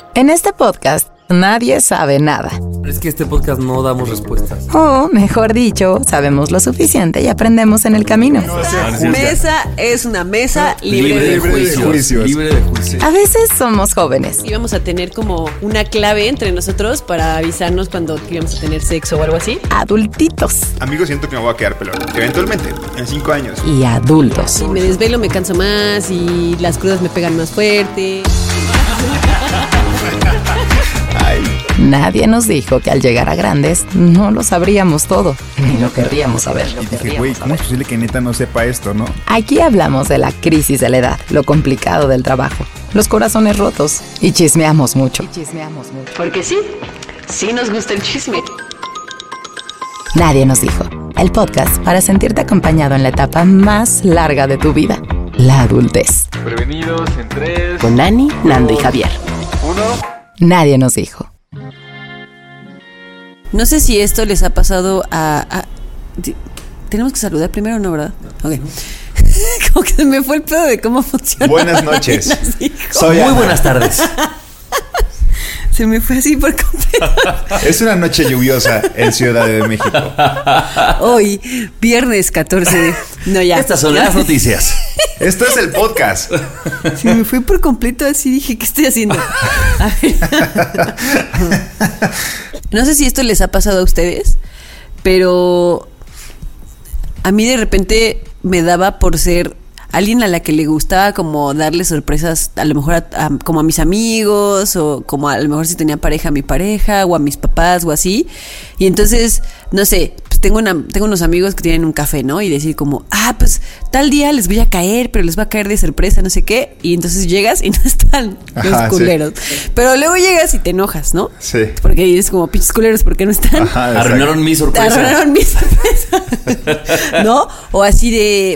En este podcast, nadie sabe nada. Es que este podcast no damos respuestas. O, mejor dicho, sabemos lo suficiente y aprendemos en el camino. Esta mesa es una mesa libre de juicios. Libre de juicios. A veces somos jóvenes. Y vamos a tener como una clave entre nosotros para avisarnos cuando íbamos a tener sexo o algo así. Adultitos. Amigos, siento que me voy a quedar pelón. Eventualmente, en 5 años. Y adultos. Si me desvelo me canso más y las crudas me pegan más fuerte. Ay. Nadie nos dijo que al llegar a grandes no lo sabríamos todo, ni lo querríamos saber. Y dije, güey, ¿cómo es posible que neta no sepa esto, no? Aquí hablamos de la crisis de la edad, lo complicado del trabajo, los corazones rotos y chismeamos mucho. Porque sí nos gusta el chisme. Nadie nos dijo. El podcast para sentirte acompañado en la etapa más larga de tu vida, la adultez. Prevenidos en 3. Con Ani, Nando y Javier. 1. Nadie nos dijo. No sé si esto les ha pasado Tenemos que saludar primero, ¿no, verdad? Ok. Como que me fue el pedo de cómo funciona. Buenas noches. Soy Muy Ana. buenas tardes. Se me fue así por completo. Es una noche lluviosa en Ciudad de México. Hoy, viernes 14 de... No, ya. Estas son las noticias. Esto es el podcast. Se me fue por completo así, dije, ¿qué estoy haciendo? A ver. No sé si esto les ha pasado a ustedes, pero a mí de repente me daba por ser alguien a la que le gustaba como darle sorpresas, a lo mejor como a mis amigos, o como a lo mejor si tenía pareja a mi pareja, o a mis papás, o así. Y entonces, no sé, pues tengo unos amigos que tienen un café, ¿no? Y decir como, pues tal día les voy a caer, pero les va a caer de sorpresa, no sé qué. Y entonces llegas y no están los culeros. Sí. Pero luego llegas y te enojas, ¿no? Sí. Porque dices como, pinches culeros, ¿por qué no están? Ajá, Arruinaron mi sorpresa. ¿No? O así de,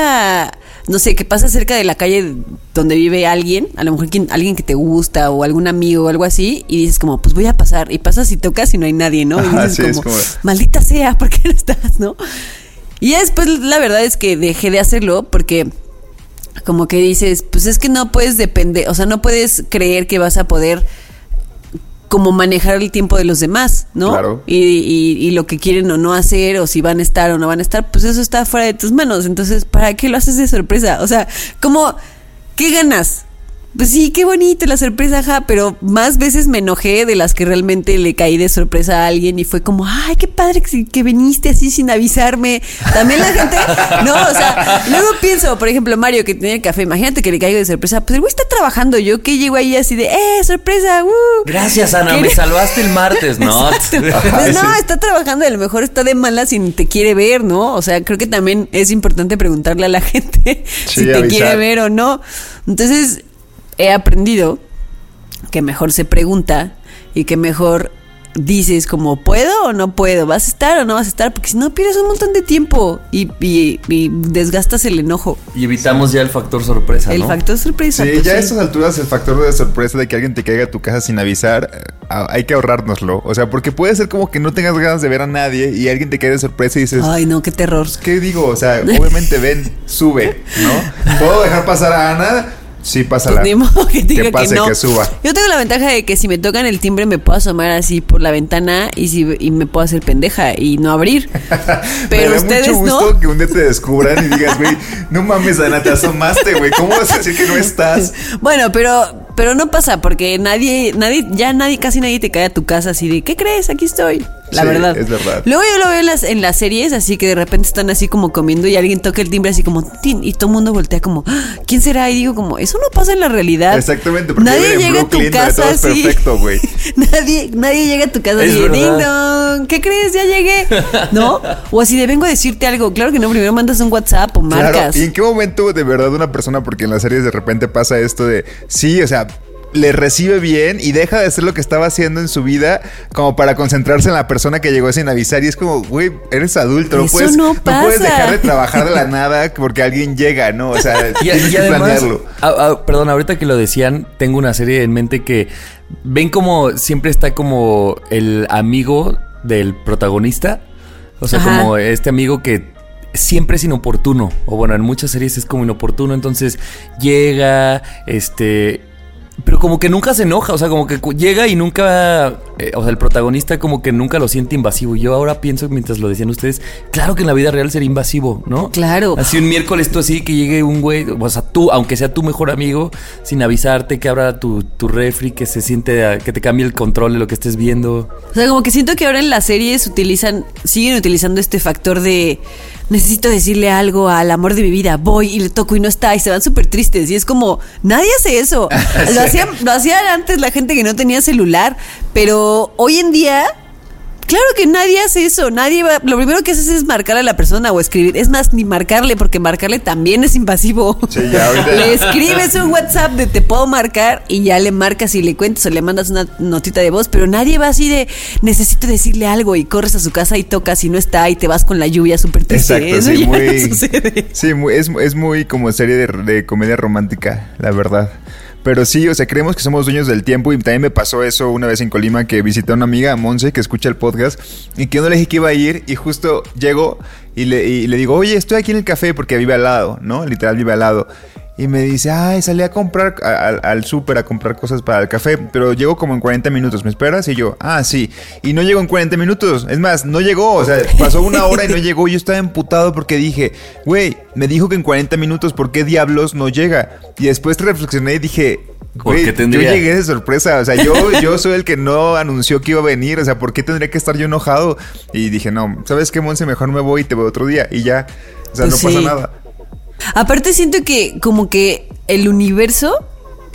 no sé, que pasa cerca de la calle donde vive alguien, a lo mejor alguien que te gusta o algún amigo o algo así, y dices como, pues voy a pasar, y pasas y tocas y no hay nadie, ¿no? Y dices como, maldita sea, ¿por qué no estás, no? Y ya después la verdad es que dejé de hacerlo porque como que dices, pues es que no puedes depender, o sea, no puedes creer que vas a poder como manejar el tiempo de los demás, ¿no? Claro. Y lo que quieren o no hacer, o si van a estar o no van a estar, pues eso está fuera de tus manos. Entonces, ¿para qué lo haces de sorpresa? O sea, como, ¿qué ganas? Pues sí, qué bonito la sorpresa, ajá, pero más veces me enojé de las que realmente le caí de sorpresa a alguien y fue como, ay, qué padre que viniste así sin avisarme. También la gente, no, o sea, luego pienso, por ejemplo, Mario que tenía el café, imagínate que le caigo de sorpresa, pues el güey está trabajando, yo que llego ahí así de, sorpresa, Gracias, Ana, me salvaste el martes, ¿no? Pues no, está trabajando y a lo mejor está de malas y ni te quiere ver, ¿no? O sea, creo que también es importante preguntarle a la gente si te quiere ver o no. Entonces, he aprendido que mejor se pregunta y que mejor dices como, ¿puedo o no puedo? ¿Vas a estar o no vas a estar? Porque si no pierdes un montón de tiempo y desgastas el enojo. Y evitamos ya el factor sorpresa, ¿no? El factor sorpresa. Sí, pues ya sí. a estas alturas el factor de sorpresa de que alguien te caiga a tu casa sin avisar, hay que ahorrárnoslo. O sea, porque puede ser como que no tengas ganas de ver a nadie y alguien te cae de sorpresa y dices, ay, no, qué terror. ¿qué digo? O sea, obviamente ven, sube, ¿no? ¿Puedo dejar pasar a Ana? Sí, pásala. Pues ni modo que diga que pase, no. que suba. Yo tengo la ventaja de que si me tocan el timbre me puedo asomar así por la ventana y me puedo hacer pendeja y no abrir. Pero ustedes mucho gusto no. que un día te descubran y digas, güey, no mames, Ana, te asomaste, güey. ¿Cómo vas a decir que no estás? Bueno, pero no pasa porque casi nadie te cae a tu casa así de, ¿qué crees? Aquí estoy. La verdad. Es verdad. Luego yo lo veo en las series, así que de repente están así como comiendo y alguien toca el timbre así como tin, y todo el mundo voltea como, ¿quién será? Y digo como, eso no pasa en la realidad. Exactamente, porque nadie llega a tu casa todo es así. Perfecto, güey. nadie llega a tu casa Es así de verdad. ding dong, ¿qué crees? Ya llegué, ¿no? O así de vengo a decirte algo. Claro que no, primero mandas un WhatsApp o marcas. Claro. ¿Y en qué momento de verdad una persona, porque en las series de repente pasa esto de, sí, o sea, le recibe bien y deja de hacer lo que estaba haciendo en su vida como para concentrarse en la persona que llegó sin avisar? Y es como, güey, eres adulto, no puedes dejar de trabajar de la nada porque alguien llega, ¿no? O sea, tienes que además, planearlo. Perdón, ahorita que lo decían, tengo una serie en mente que ven como siempre está como el amigo del protagonista. O sea, Ajá. como este amigo que siempre es inoportuno. O bueno, en muchas series es como inoportuno. Entonces llega, Pero como que nunca se enoja, o sea, como que llega y nunca... o sea, el protagonista como que nunca lo siente invasivo. Yo ahora pienso, mientras lo decían ustedes, claro que en la vida real sería invasivo, ¿no? Claro. Así un miércoles tú así, que llegue un güey, o sea, tú, aunque sea tu mejor amigo, sin avisarte, que abra tu refri, que se siente, que te cambie el control de lo que estés viendo. O sea, como que siento que ahora en las series siguen utilizando este factor de necesito decirle algo al amor de mi vida, voy y le toco y no está, y se van súper tristes. Y es como, nadie hace eso. Lo hacían antes la gente que no tenía celular, pero hoy en día, claro que nadie hace eso. Nadie va, lo primero que haces es marcarle a la persona o escribir. Es más, ni marcarle, porque marcarle también es invasivo. Sí, ya ahorita. Le escribes un WhatsApp de te puedo marcar y ya le marcas y le cuentas o le mandas una notita de voz, pero nadie va así de necesito decirle algo y corres a su casa y tocas y no está y te vas con la lluvia súper triste. Exacto, Eso sí, ya muy, no sucede. Sí, es muy como serie de comedia romántica, la verdad. Pero sí, o sea, creemos que somos dueños del tiempo y también me pasó eso una vez en Colima que visité a una amiga, Monse, que escucha el podcast y que yo no le dije que iba a ir y justo llego y le digo, oye, estoy aquí en el café porque vive al lado, ¿no? Literal vive al lado. Y me dice, ay, salí a comprar al súper a comprar cosas para el café, pero llego como en 40 minutos, ¿me esperas? Y yo, sí. Y no llegó en 40 minutos, es más, no llegó, o sea, pasó una hora y no llegó. Yo estaba emputado porque dije, güey, me dijo que en 40 minutos, ¿por qué diablos no llega? Y después reflexioné y dije, güey, yo llegué de sorpresa, o sea, yo soy el que no anunció que iba a venir, o sea, ¿por qué tendría que estar yo enojado? Y dije, no, ¿sabes qué, Monse? Mejor me voy y te veo otro día y ya, o sea, Pues no sí. pasa nada. Aparte siento que como que el universo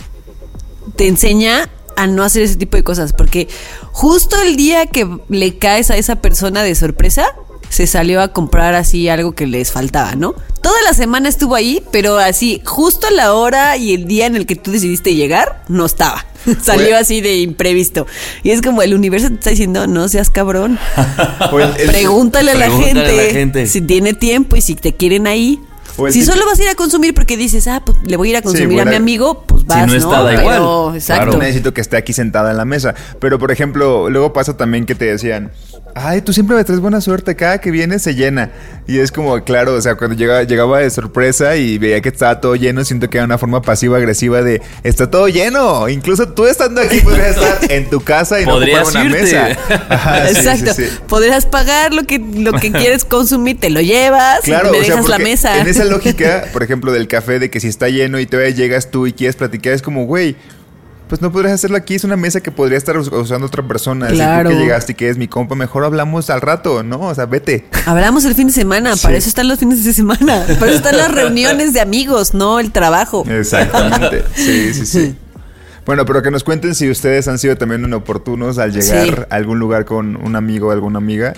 te enseña a no hacer ese tipo de cosas, porque justo el día que le caes a esa persona de sorpresa, se salió a comprar así algo que les faltaba, ¿no? Toda la semana estuvo ahí, pero así, justo a la hora y el día en el que tú decidiste llegar, no estaba. Salió así de imprevisto. Y es como el universo te está diciendo, no seas cabrón. Pregúntale a la gente si tiene tiempo y si te quieren ahí. Si solo vas a ir a consumir porque dices, pues le voy a ir a consumir a mi amigo, pues vas, si no está, da igual. Exacto. Claro. Necesito que esté aquí sentada en la mesa. Pero, por ejemplo, luego pasa también que te decían, ay, tú siempre me traes buena suerte, cada que vienes se llena. Y es como, claro, o sea, cuando llegaba de sorpresa y veía que estaba todo lleno, siento que era una forma pasiva-agresiva de, está todo lleno. Incluso tú estando aquí podrías estar en tu casa y no ocupar una mesa. Ajá, exacto. Sí. Podrías pagar lo que quieres consumir, te lo llevas, claro, y me dejas la mesa. En esa lógica, por ejemplo, del café, de que si está lleno y todavía llegas tú y quieres platicar, es como, güey, pues no podrías hacerlo aquí, es una mesa que podría estar usando otra persona. Claro. Si tú que llegaste y que es mi compa, mejor hablamos al rato, ¿no? O sea, vete. Hablamos el fin de semana, sí. Para eso están los fines de semana, para eso están las reuniones de amigos, no el trabajo. Exactamente, sí. Bueno, pero que nos cuenten si ustedes han sido también inoportunos al llegar a algún lugar con un amigo o alguna amiga.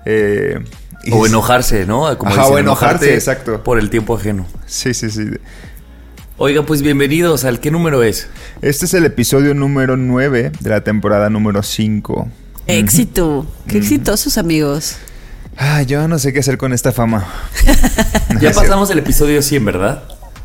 O enojarse, ¿no? Como dicen, o enojarse, exacto. Por el tiempo ajeno. Sí. Oiga, pues bienvenidos. ¿Al qué número es? Este es el episodio número 9 de la temporada número 5. Éxito. Qué exitosos, amigos. Yo no sé qué hacer con esta fama. Ya pasamos el episodio 100, ¿verdad?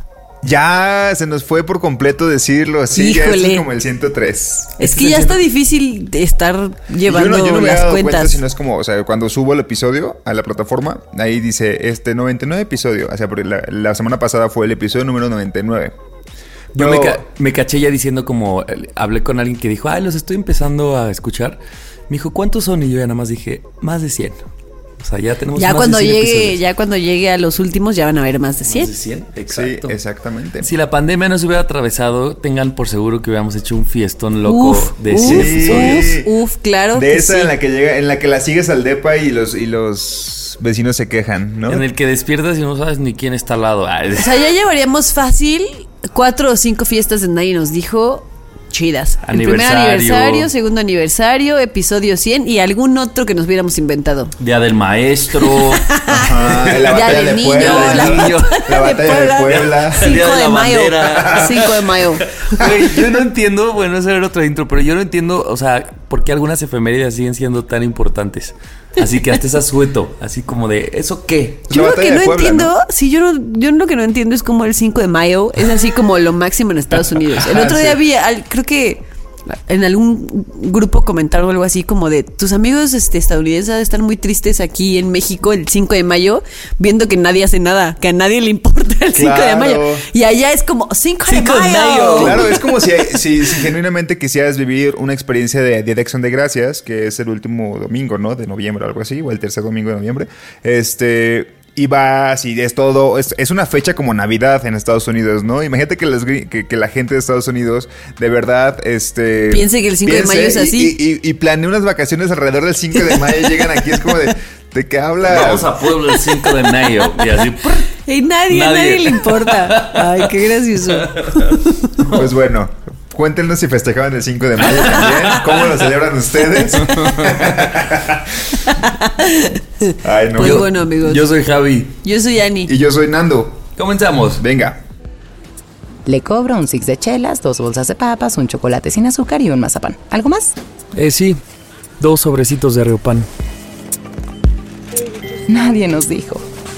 Ya se nos fue por completo decirlo así. Híjole. Ya es como el 103. Es que ya está difícil de estar llevando yo no me las he dado cuentas. Cuenta, sino es como, o sea, cuando subo el episodio a la plataforma, ahí dice 99 episodio. O sea, porque la semana pasada fue el episodio número 99. Yo me caché ya diciendo como, hablé con alguien que dijo, los estoy empezando a escuchar. Me dijo, ¿cuántos son? Y yo ya nada más dije, más de 100. O sea, ya tenemos más de 100 episodios. Ya cuando llegue a los últimos ya van a haber más de 100. Más de 100, exacto. Sí, exactamente. Si la pandemia no se hubiera atravesado, tengan por seguro que hubiéramos hecho un fiestón loco de 100 episodios. Claro. De esa en la que llega, en la que la sigues al depa y los vecinos se quejan, ¿no? En el que despiertas y no sabes ni quién está al lado. O sea, ya llevaríamos fácil 4 o 5 fiestas de Nadie Nos Dijo. Chidas. El primer aniversario, segundo aniversario, episodio 100 y algún otro que nos hubiéramos inventado. Día del maestro. Ajá, la batalla de Puebla. La batalla de Puebla. 5 de mayo. 5 de mayo. Güey, yo no entiendo, bueno, ese era otro intro, pero yo no entiendo, o sea, por qué algunas efemérides siguen siendo tan importantes. Así que hasta es asueto, así como de, ¿eso qué? Yo lo que no entiendo, sí, yo lo que no entiendo es como el 5 de mayo es así como lo máximo en Estados Unidos. El otro día vi, creo que en algún grupo comentaron algo así como de, tus amigos estadounidenses están muy tristes aquí en México el 5 de mayo, viendo que nadie hace nada, que a nadie le importa. el 5 de mayo. Y allá es como 5 de mayo. Claro, es como si genuinamente quisieras vivir una experiencia de Acción de Gracias, que es el último domingo, ¿no? De noviembre o algo así, o el tercer domingo de noviembre. Y vas y es todo. Es una fecha como Navidad en Estados Unidos, ¿no? Imagínate que la gente de Estados Unidos de verdad piense que el 5 de mayo es así. Y planee unas vacaciones alrededor del 5 de mayo y llegan aquí. Es como ¿de qué hablas? Vamos a Puebla el 5 de mayo. Y así. Y nadie le importa. Ay, qué gracioso. Pues bueno. Cuéntenos si festejaban el 5 de mayo también. ¿Cómo lo celebran ustedes? Ay, no. Pues bueno, amigos. Yo soy Javi. Yo soy Ani. Y yo soy Nando. Comenzamos. Venga. Le cobro un 6 de chelas, 2 bolsas de papas, un chocolate sin azúcar y un mazapán. ¿Algo más? Sí. 2 sobrecitos de Riopan. Nadie nos dijo.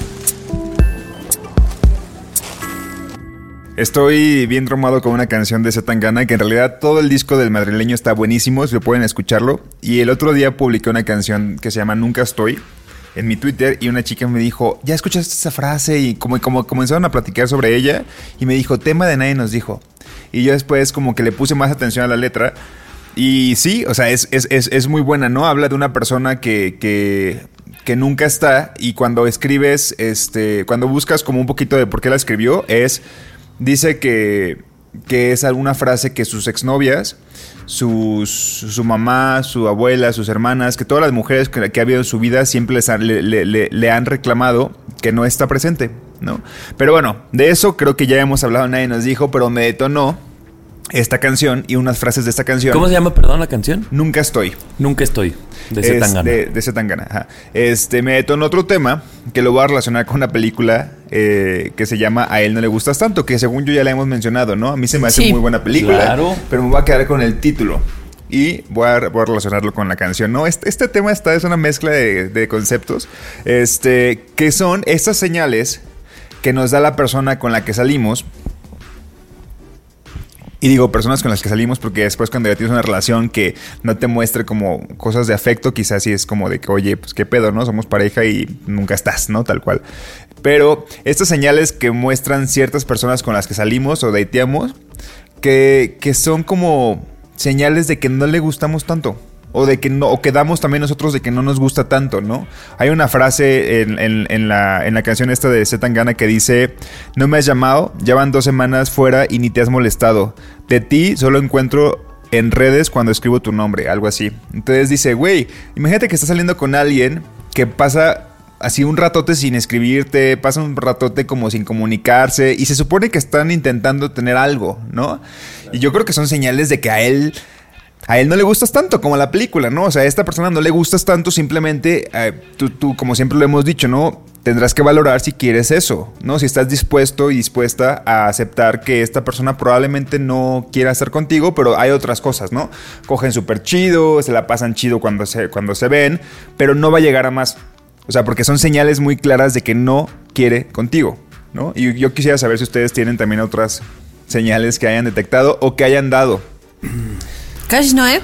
Estoy bien traumado con una canción de Zetangana, que en realidad todo el disco del madrileño está buenísimo, si pueden escucharlo. Y el otro día publiqué una canción que se llama Nunca Estoy en mi Twitter y una chica me dijo, ¿ya escuchaste esa frase? Y como comenzaron a platicar sobre ella y me dijo, tema de Nadie nos dijo. Y yo después como que le puse más atención a la letra y sí, o sea, es muy buena, ¿no? Habla de una persona que nunca está y cuando escribes, cuando buscas como un poquito de por qué la escribió, dice que es alguna frase que sus exnovias, su mamá, su abuela, sus hermanas, que todas las mujeres que ha habido en su vida siempre le han reclamado que no está presente, ¿no? Pero bueno, de eso creo que ya hemos hablado, Nadie nos dijo, pero me detonó esta canción y unas frases de esta canción. ¿Cómo se llama, perdón, la canción? Nunca Estoy. Nunca Estoy. De Zetangana. De Zetangana, ajá. Me detonó otro tema que lo voy a relacionar con una película que se llama A él no le gustas tanto, que según yo ya la hemos mencionado, ¿no? A mí se me hace muy buena película, claro, pero me voy a quedar con el título y voy a relacionarlo con la canción, ¿no? Este tema es una mezcla de conceptos, que son estas señales que nos da la persona con la que salimos. Y digo personas con las que salimos porque después cuando ya tienes una relación que no te muestre como cosas de afecto, quizás sí es como de que, oye, pues qué pedo, ¿no? Somos pareja y nunca estás, ¿no? Tal cual. Pero estas señales que muestran ciertas personas con las que salimos o dateamos, que son como señales de que no le gustamos tanto. O de que no, o quedamos también nosotros de que no nos gusta tanto, ¿no? Hay una frase en la canción esta de Zetangana que dice: no me has llamado, ya van 2 semanas fuera y ni te has molestado. De ti solo encuentro en redes cuando escribo tu nombre, algo así. Entonces dice, güey, imagínate que estás saliendo con alguien que pasa así un ratote sin escribirte, pasa un ratote como sin comunicarse y se supone que están intentando tener algo, ¿no? Y yo creo que son señales de que a él no le gustas tanto como la película, ¿no? O sea, a esta persona no le gustas tanto, simplemente tú, como siempre lo hemos dicho, ¿no? Tendrás que valorar si quieres eso, ¿no? Si estás dispuesto y dispuesta a aceptar que esta persona probablemente no quiera estar contigo, pero hay otras cosas, ¿no? Cogen súper chido, se la pasan chido cuando se ven, pero no va a llegar a más. O sea, porque son señales muy claras de que no quiere contigo, ¿no? Y yo quisiera saber si ustedes tienen también otras señales que hayan detectado o que hayan dado. Cash no,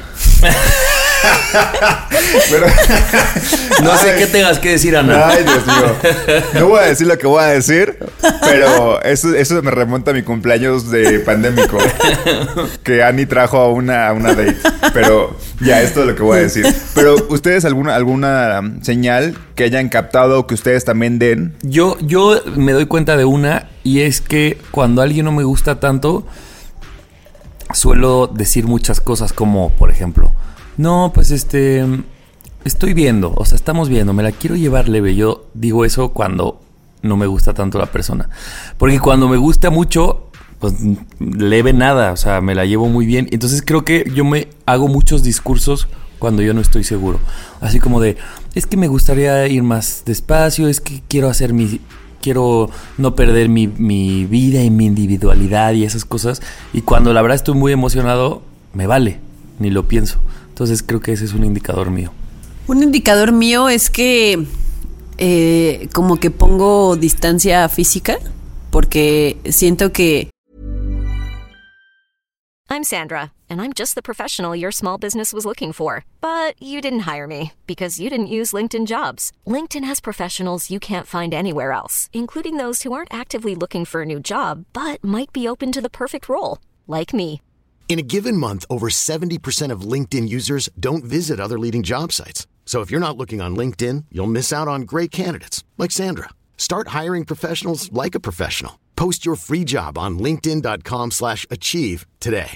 Pero, no sé qué tengas que decir, Ana. Ay, Dios mío. No voy a decir lo que voy a decir, pero eso me remonta a mi cumpleaños de pandémico, que Ani trajo a una date. Pero ya, esto es lo que voy a decir. Pero ¿ustedes alguna señal que hayan captado o que ustedes también den? Yo me doy cuenta de una, y es que cuando alguien no me gusta tanto, suelo decir muchas cosas como, por ejemplo, no, pues estoy viendo, o sea, estamos viendo, me la quiero llevar leve. Yo digo eso cuando no me gusta tanto la persona. Porque cuando me gusta mucho, pues leve nada, o sea, me la llevo muy bien. Entonces creo que yo me hago muchos discursos cuando yo no estoy seguro. Así como de, es que me gustaría ir más despacio, es que quiero no perder mi vida y mi individualidad y esas cosas. Y cuando la verdad estoy muy emocionado, me vale, ni lo pienso. Entonces creo que ese es un indicador mío. Un indicador mío es que como que pongo distancia física, porque siento que... I'm Sandra, and I'm just the professional your small business was looking for. But you didn't hire me because you didn't use LinkedIn Jobs. LinkedIn has professionals you can't find anywhere else, including those who aren't actively looking for a new job, but might be open to the perfect role, like me. In a given month, over 70% of LinkedIn users don't visit other leading job sites. So if you're not looking on LinkedIn, you'll miss out on great candidates like Sandra. Start hiring professionals like a professional. Post your free job on linkedin.com/achieve today.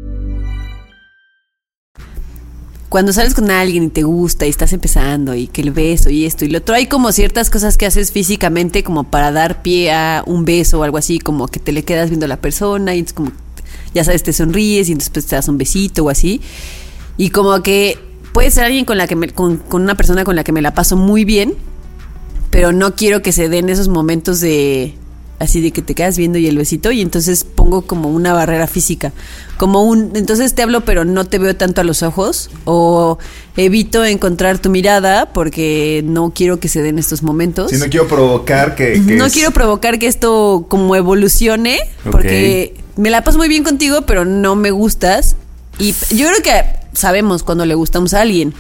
Cuando sales con alguien y te gusta y estás empezando y que el beso y esto y lo otro, hay como ciertas cosas que haces físicamente como para dar pie a un beso o algo así, como que te le quedas viendo a la persona y entonces como, ya sabes, te sonríes y después te das un besito o así. Y como que puede ser alguien con una persona con la que me la paso muy bien, pero no quiero que se den esos momentos de así de que te quedas viendo y el besito, y entonces pongo como una barrera física, entonces te hablo pero no te veo tanto a los ojos, o evito encontrar tu mirada porque no quiero que se den estos momentos. Sí, no quiero provocar quiero provocar que esto como evolucione, porque me la paso muy bien contigo, pero no me gustas, y yo creo que sabemos cuando le gustamos a alguien,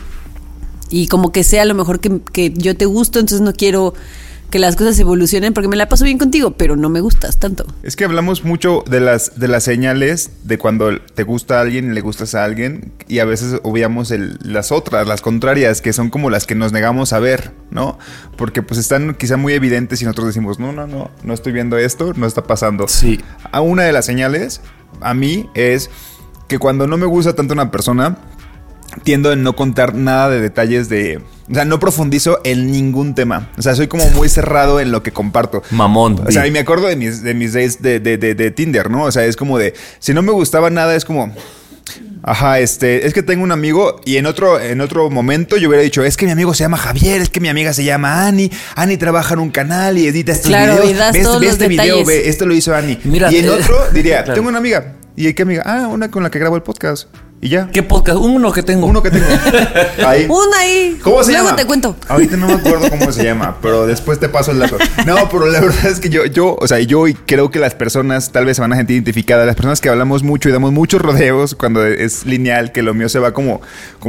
y como que sea a lo mejor que yo te gusto, entonces no quiero que las cosas evolucionen porque me la paso bien contigo, pero no me gustas tanto. Es que hablamos mucho de las señales de cuando te gusta a alguien y le gustas a alguien, y a veces obviamos las otras, las contrarias, que son como las que nos negamos a ver, ¿no? Porque pues están quizá muy evidentes y nosotros decimos, no estoy viendo esto, no está pasando. Sí. Una de las señales, a mí, es que cuando no me gusta tanto una persona, tiendo a no contar nada de detalles o sea, no profundizo en ningún tema. O sea, soy como muy cerrado en lo que comparto. Mamón. O sea, y me acuerdo de mis days de Tinder, ¿no? O sea, es como de, si no me gustaba nada, es como, ajá, es que tengo un amigo, y en otro momento yo hubiera dicho, es que mi amigo se llama Javier, es que mi amiga se llama Ani Claro, trabaja en un canal y edita estos videos. Y das todos ve los este detalles. video, esto lo hizo Ani. Mira, y en otro diría, claro. tengo una amiga. ¿Y qué amiga? Una con la que grabo el podcast. Y ya. ¿Qué podcast? Uno que tengo. Ahí. Una ahí. ¿Cómo se llama? Luego te cuento. Ahorita no me acuerdo cómo se llama, pero después te paso el dato. No, pero la verdad es que yo y creo que las personas tal vez se van a sentir identificadas. Las personas que hablamos mucho y damos muchos rodeos cuando es lineal, que lo mío se va como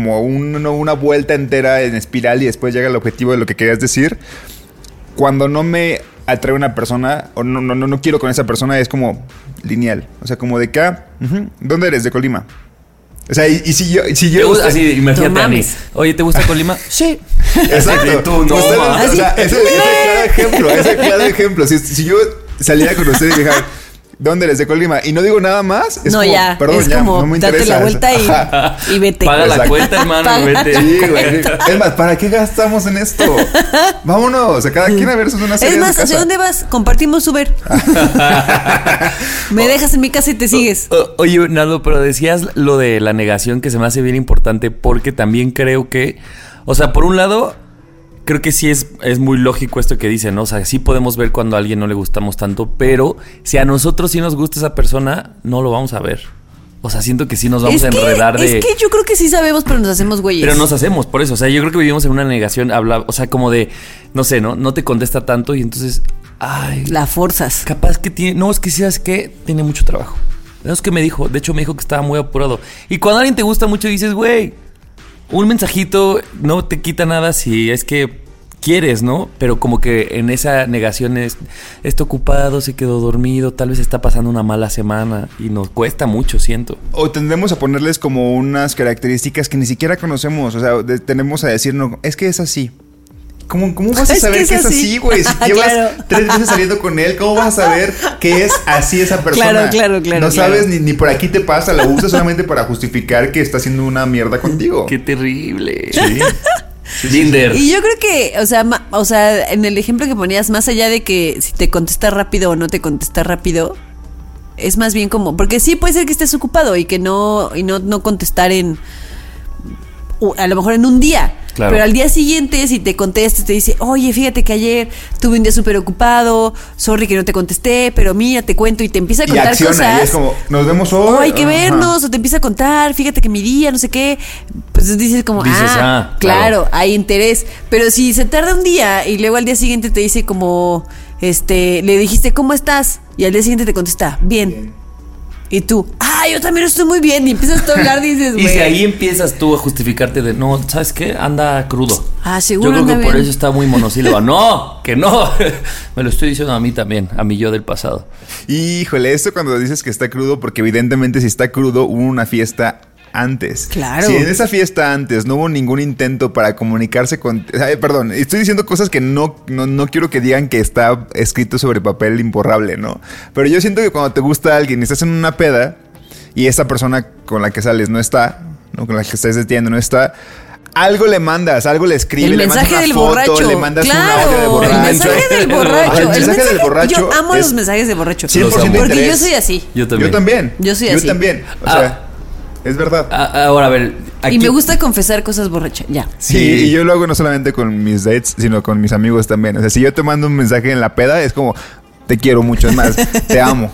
una vuelta entera en espiral y después llega el objetivo de lo que querías decir. Cuando no me atrae una persona o no quiero con esa persona, es como lineal. O sea, como de acá. ¿Dónde eres? De Colima. O sea, y si yo ¿Te gusta? Así, imagínate No a mí. mames. Oye, ¿te gusta Colima? Sí. Exacto. Tú no. Ustedes, mames. o sea, ese claro ejemplo. Si yo saliera con ustedes y dijera, ¿dónde eres? De Colima, y no digo nada más, es No, como, ya. perdón, es ya, como no me date interesa. la vuelta Ajá. y vete. Paga la Exacto. cuenta, hermano. Paga. Vete. Sí, güey. Es más, ¿para qué gastamos en esto? Vámonos. O sea, cada quien a ver una serie Es más, en su ¿hacia casa. dónde vas? Compartimos Uber. Me dejas en mi casa y te sigues. Oye, Naldo, pero decías lo de la negación, que se me hace bien importante, porque también creo que, o sea, por un lado, creo que sí es muy lógico esto que dicen, ¿no? O sea, sí podemos ver cuando a alguien no le gustamos tanto, pero si a nosotros sí nos gusta esa persona, no lo vamos a ver. O sea, siento que sí nos vamos a enredar de... Es que yo creo que sí sabemos, pero nos hacemos güeyes. Pero nos hacemos, por eso. O sea, yo creo que vivimos en una negación, o sea, como de, no sé, ¿no? No te contesta tanto y entonces, ay... La forzas. Capaz que tiene... No, es que sabes que tiene mucho trabajo. Es que me dijo, de hecho me dijo que estaba muy apurado. Y cuando alguien te gusta mucho dices, güey, un mensajito no te quita nada si es que quieres, ¿no? Pero como que en esa negación está ocupado, se quedó dormido, tal vez está pasando una mala semana y nos cuesta mucho, siento. O tendemos a ponerles como unas características que ni siquiera conocemos. O sea, tendemos a decir, no, es que es así. ¿Cómo vas a saber que es así, güey? Si llevas Claro. 3 meses saliendo con él, ¿cómo vas a saber que es así esa persona? Claro. No sabes ni por aquí te pasa, lo usas solamente para justificar que está haciendo una mierda contigo. ¡Qué terrible! Sí. Tinder. Y yo creo que, o sea, en el ejemplo que ponías, más allá de que si te contesta rápido o no te contesta rápido, es más bien como, porque sí puede ser que estés ocupado y que no contestar a lo mejor en un día. Claro. Pero al día siguiente, si te contestas, te dice, oye, fíjate que ayer tuve un día súper ocupado, sorry que no te contesté, pero mira, te cuento, y te empieza a Y contar acciona, cosas. y es como, nos vemos hoy. O hay que Ajá. vernos, o te empieza a contar, fíjate que mi día, no sé qué. Pues dices como, Dices, claro, claro. hay interés. Pero si se tarda un día y luego al día siguiente te dice como, le dijiste, ¿cómo estás? Y al día siguiente te contesta, bien. Y tú, yo también estoy muy bien. Y empiezas tú a hablar, dices, güey. Y si ahí empiezas tú a justificarte de, no, ¿sabes qué? Anda crudo. Seguro yo creo anda que por bien. eso está muy monosílaba. No, que no. Me lo estoy diciendo a mí también, a mi yo del pasado. Híjole, esto cuando dices que está crudo, porque evidentemente si está crudo hubo una fiesta antes. Claro. Si en esa fiesta antes no hubo ningún intento para comunicarse con... perdón, estoy diciendo cosas que no quiero que digan que está escrito sobre papel imborrable, ¿no? Pero yo siento que cuando te gusta alguien y estás en una peda y esa persona con la que sales no está, ¿no? Con la que estás detiendo no está... Algo le mandas, algo le escribes, le mandas una foto, borracho. le mandas un Claro, audio de borracho. el mensaje del borracho. El mensaje del borracho. Yo amo los mensajes de borracho. 100% porque interés. yo soy así. Yo también. Yo soy así. Yo también. O sea, es verdad. Ahora, a ver. Aquí... Y me gusta confesar cosas borrachas. Ya. Sí, y yo lo hago no solamente con mis dates, sino con mis amigos también. O sea, si yo te mando un mensaje en la peda, es como, te quiero mucho, es más, te amo.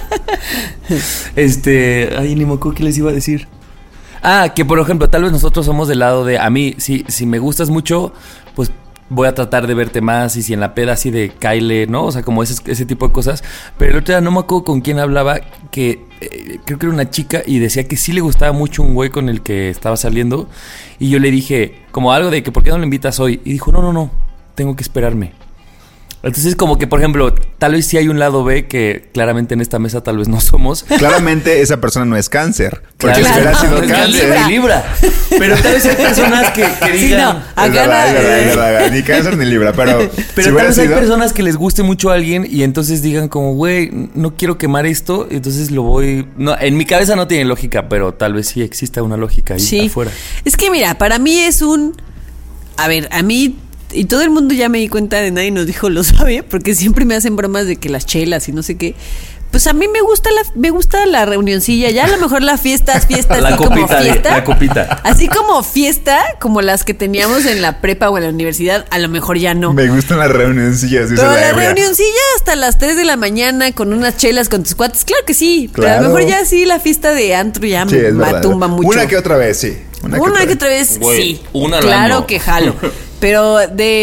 Ay, ni me acuerdo qué les iba a decir. Que por ejemplo, tal vez nosotros somos del lado de, a mí, si me gustas mucho, pues voy a tratar de verte más. Y si en la peda así de Kyle, ¿no? O sea, como ese tipo de cosas. Pero el otro día no me acuerdo con quién hablaba, que creo que era una chica y decía que sí le gustaba mucho un güey con el que estaba saliendo. Y yo le dije, como algo de que, ¿por qué no lo invitas hoy? Y dijo, no, tengo que esperarme. Entonces, como que, por ejemplo, tal vez sí hay un lado B que claramente en esta mesa tal vez no somos. Claramente esa persona no es cáncer. Porque Claro, si hubiera sido no, cáncer. ni Libra. Pero tal vez hay personas que Sí, digan... no. Es verdad. Ni cáncer ni Libra. Pero si tal hubiera vez hay sido... personas que les guste mucho a alguien y entonces digan como, güey, no quiero quemar esto, entonces lo voy... No, en mi cabeza no tiene lógica, pero tal vez sí exista una lógica ahí afuera. Es que mira, para mí es un... A ver, a mí... Y todo el mundo ya me di cuenta de nadie nos dijo lo sabe, porque siempre me hacen bromas de que las chelas y no sé qué. Pues a mí me gusta la reunioncilla, ya a lo mejor la fiesta, La así como copita, fiesta. la copita. Así como fiesta, como las que teníamos en la prepa o en la universidad, a lo mejor ya no. Me gustan las reunioncillas. Pero la reunioncilla hasta las 3 de la mañana con unas chelas con tus cuates, claro que sí. Pero a lo Claro. mejor ya sí, la fiesta de antro ya Sí, es me verdad. tumba mucho. Una que otra vez, sí. Una que otra vez, Güey, sí. una al claro año. que jalo. Pero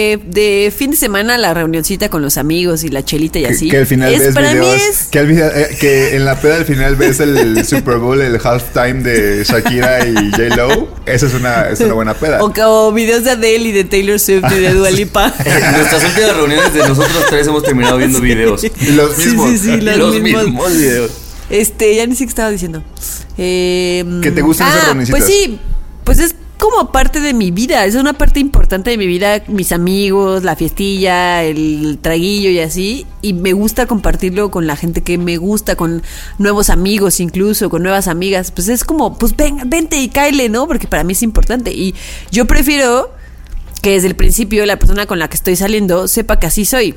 de fin de semana la reunioncita con los amigos y la chelita y así. Que al final ves para videos. mí es... Que en la peda al final ves el Super Bowl, el halftime de Shakira y J-Lo. Esa es una buena peda. O videos de Adele y de Taylor Swift y de Dua Lipa. En nuestras últimas reuniones de nosotros tres hemos terminado viendo videos. Y los mismos. Sí, Los mismos videos. Ya ni sé qué estaba diciendo. ¿Que te gustan esas reunioncitas? Pues sí, pues es como parte de mi vida, es una parte importante de mi vida, mis amigos, la fiestilla, el traguillo y así, y me gusta compartirlo con la gente que me gusta, con nuevos amigos incluso, con nuevas amigas, pues es como, pues vente y cáele, ¿no? Porque para mí es importante, y yo prefiero que desde el principio la persona con la que estoy saliendo sepa que así soy,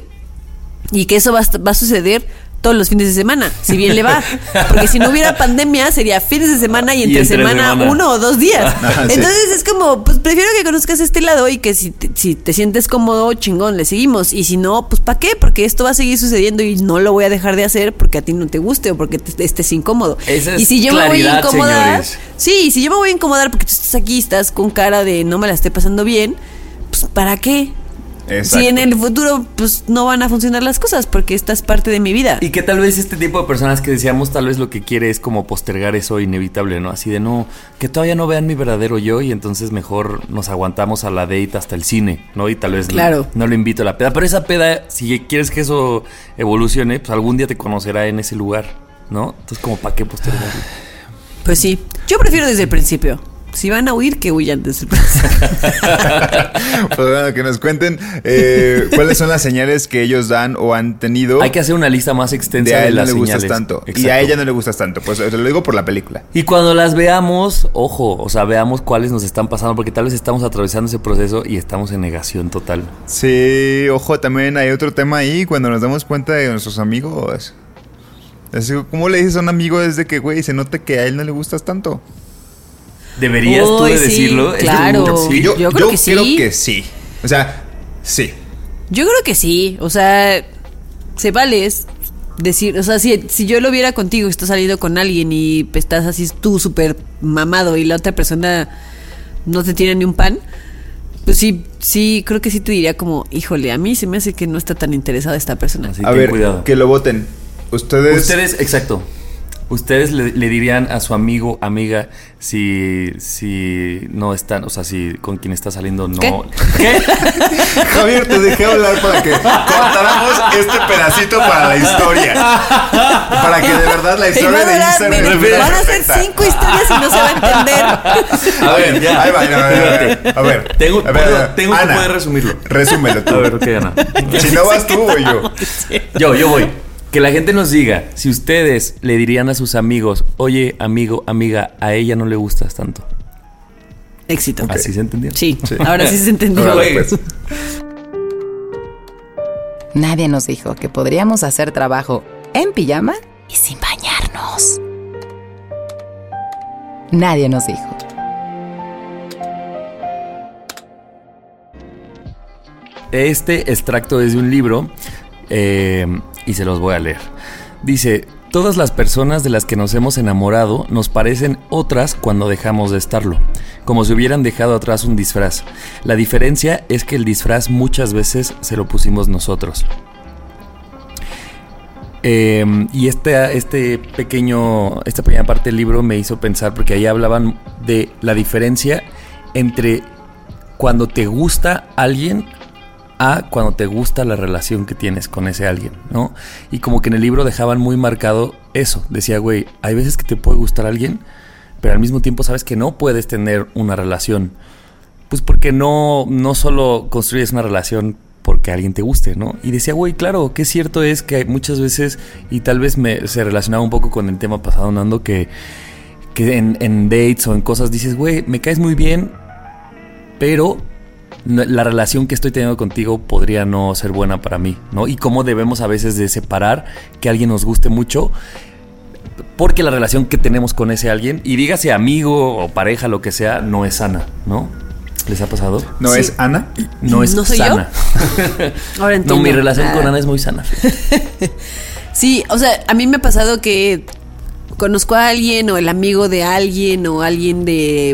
y que eso va a suceder todos los fines de semana, si bien le va. Porque si no hubiera pandemia, sería fines de semana y entre semana 1 o 2 días. Ajá, sí. Entonces es como, pues prefiero que conozcas este lado y que si te sientes cómodo, chingón, le seguimos. Y si no, pues ¿para qué? Porque esto va a seguir sucediendo y no lo voy a dejar de hacer porque a ti no te guste o porque te estés incómodo. Esa es y si yo me voy a claridad, incomodar, señores. sí, si yo me voy a incomodar porque tú estás aquí, estás con cara de no me la esté pasando bien, pues ¿para qué? Exacto. Si en el futuro pues no van a funcionar las cosas porque esta es parte de mi vida. Y que tal vez este tipo de personas que decíamos, tal vez lo que quiere es como postergar eso inevitable, ¿no? Así de no, que todavía no vean mi verdadero yo y entonces mejor nos aguantamos a la date hasta el cine, ¿no? Y tal vez Claro. no lo invito a la peda. Pero esa peda, si quieres que eso evolucione, pues algún día te conocerá en ese lugar, ¿no? Entonces como ¿para qué postergarlo? Pues sí, yo prefiero desde el principio. Si van a huir, que huyan desde el principio. Pues bueno, que nos cuenten cuáles son las señales que ellos dan o han tenido. Hay que hacer una lista más extensa de a de él no las le gustas señales. tanto. Exacto. Y a ella no le gustas tanto. Pues te lo digo por la película. Y cuando las veamos, ojo, o sea, veamos cuáles nos están pasando, porque tal vez estamos atravesando ese proceso y estamos en negación total. Sí, ojo, también hay otro tema ahí cuando nos damos cuenta de nuestros amigos. Así, ¿cómo le dices a un amigo desde que, güey, se nota que a él no le gustas tanto? ¿Deberías tú de Uy, sí, decirlo? Es que claro. sí. Yo creo que sí. creo que sí. O sea, sí. Yo creo que sí. O sea, se vale decir, o sea, si yo lo viera contigo, estás saliendo con alguien y estás así tú súper mamado y la otra persona no te tiene ni un pan, pues sí, creo que sí te diría como, híjole, a mí se me hace que no está tan interesada esta persona. Así, A ten ver, cuidado. que lo voten. Ustedes, Ustedes, exacto. ¿Ustedes le dirían a su amigo, amiga, si no están, o sea, si con quien está saliendo no... ¿Qué? Javier, te dejé hablar para que cortáramos este pedacito para la historia. Para que de verdad la historia de Instagram... Van a ser 5 historias y no se va a entender. A ver, ya. Ahí va, a ver. Tengo Ana, que poder resumirlo. Resúmelo tú. A ver, ¿qué gana? Si no vas tú, voy yo. Yo voy. Que la gente nos diga si ustedes le dirían a sus amigos, oye, amigo, amiga, a ella no le gustas tanto. Éxito. ¿Así se entendió? Sí, ahora sí se entendió. Ahora, pues. Nadie nos dijo que podríamos hacer trabajo en pijama y sin bañarnos. Nadie nos dijo. Este extracto es de un libro y se los voy a leer. Dice: todas las personas de las que nos hemos enamorado nos parecen otras cuando dejamos de estarlo, como si hubieran dejado atrás un disfraz. La diferencia es que el disfraz muchas veces se lo pusimos nosotros. Y esta pequeña parte del libro me hizo pensar, porque ahí hablaban de la diferencia entre cuando te gusta alguien a cuando te gusta la relación que tienes con ese alguien, ¿no? Y como que en el libro dejaban muy marcado eso. Decía, güey, hay veces que te puede gustar alguien, pero al mismo tiempo sabes que no puedes tener una relación. Pues porque no solo construyes una relación porque alguien te guste, ¿no? Y decía, güey, claro, que cierto es que muchas veces, y tal vez se relacionaba un poco con el tema pasado, Nando, que en dates o en cosas dices, güey, me caes muy bien, pero la relación que estoy teniendo contigo podría no ser buena para mí, ¿no? Y cómo debemos a veces de separar que alguien nos guste mucho, porque la relación que tenemos con ese alguien, y dígase amigo o pareja, lo que sea, no es sana, ¿no? ¿Les ha pasado? ¿No Sí. es Ana? No es ¿No soy sana. Ahora entiendo. No, mi relación con Ana es muy sana. Sí, o sea, a mí me ha pasado que conozco a alguien o el amigo de alguien o alguien de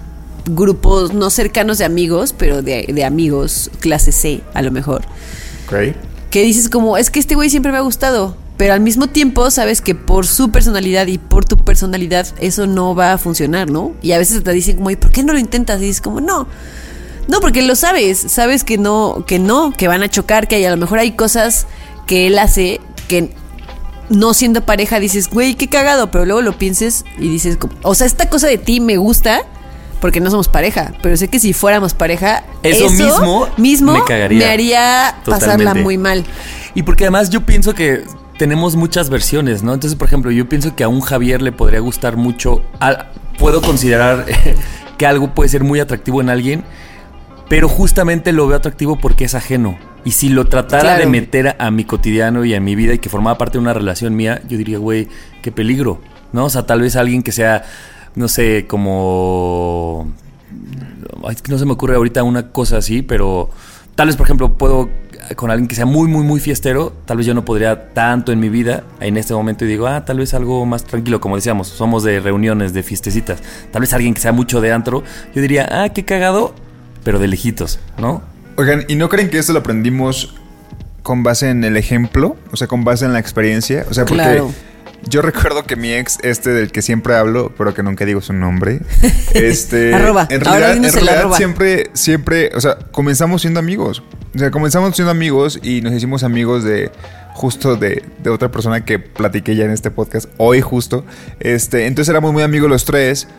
grupos no cercanos de amigos, pero de amigos clase C a lo mejor, Ok. que dices como, es que este güey siempre me ha gustado, pero al mismo tiempo sabes que por su personalidad y por tu personalidad eso no va a funcionar, ¿no? Y a veces te dicen como, ¿y por qué no lo intentas? Y dices como, no, porque lo sabes que no, que van a chocar, que a lo mejor hay cosas que él hace que no siendo pareja dices, güey, qué cagado, pero luego lo pienses y dices, como, o sea, esta cosa de ti me gusta porque no somos pareja, pero sé que si fuéramos pareja, Eso mismo me cagaría. me haría pasarla Totalmente. muy mal. Y porque además yo pienso que tenemos muchas versiones, ¿no? Entonces, por ejemplo, yo pienso que a un Javier le podría gustar mucho. Puedo considerar que algo puede ser muy atractivo en alguien, pero justamente lo veo atractivo porque es ajeno. Y si lo tratara Claro. de meter a mi cotidiano y a mi vida y que formaba parte de una relación mía, yo diría, güey, qué peligro, ¿no? O sea, tal vez alguien que sea, no sé, como... Ay, es que no se me ocurre ahorita una cosa así, pero tal vez, por ejemplo, puedo con alguien que sea muy, muy, muy fiestero, tal vez yo no podría tanto en mi vida en este momento y digo, tal vez algo más tranquilo, como decíamos, somos de reuniones, de fiestecitas, tal vez alguien que sea mucho de antro, yo diría, qué cagado, pero de lejitos, ¿no? Oigan, ¿y no creen que esto lo aprendimos con base en el ejemplo? O sea, con base en la experiencia. O sea, porque Claro. yo recuerdo que mi ex, del que siempre hablo, pero que nunca digo su nombre, Arroba. en Ahora realidad, dinos el arroba. siempre, o sea, comenzamos siendo amigos. O sea, comenzamos siendo amigos y nos hicimos amigos de otra persona que platiqué ya en este podcast, hoy justo. Entonces éramos muy amigos los tres.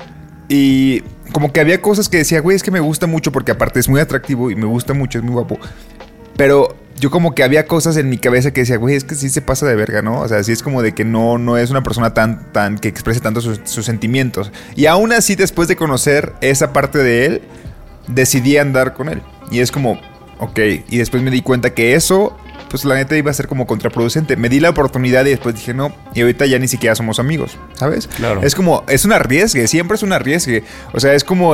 Y como que había cosas que decía, güey, es que me gusta mucho porque aparte es muy atractivo y me gusta mucho, es muy guapo. Pero yo como que había cosas en mi cabeza que decía, güey, es que sí se pasa de verga, ¿no? O sea, sí es como de que no es una persona tan que exprese tanto sus sentimientos. Y aún así, después de conocer esa parte de él, decidí andar con él. Y es como, ok. Y después me di cuenta que eso, pues la neta iba a ser como contraproducente. Me di la oportunidad y después dije no. Y ahorita ya ni siquiera somos amigos, ¿sabes? Claro. Es como, es un arriesgue, siempre es un arriesgue. O sea, es como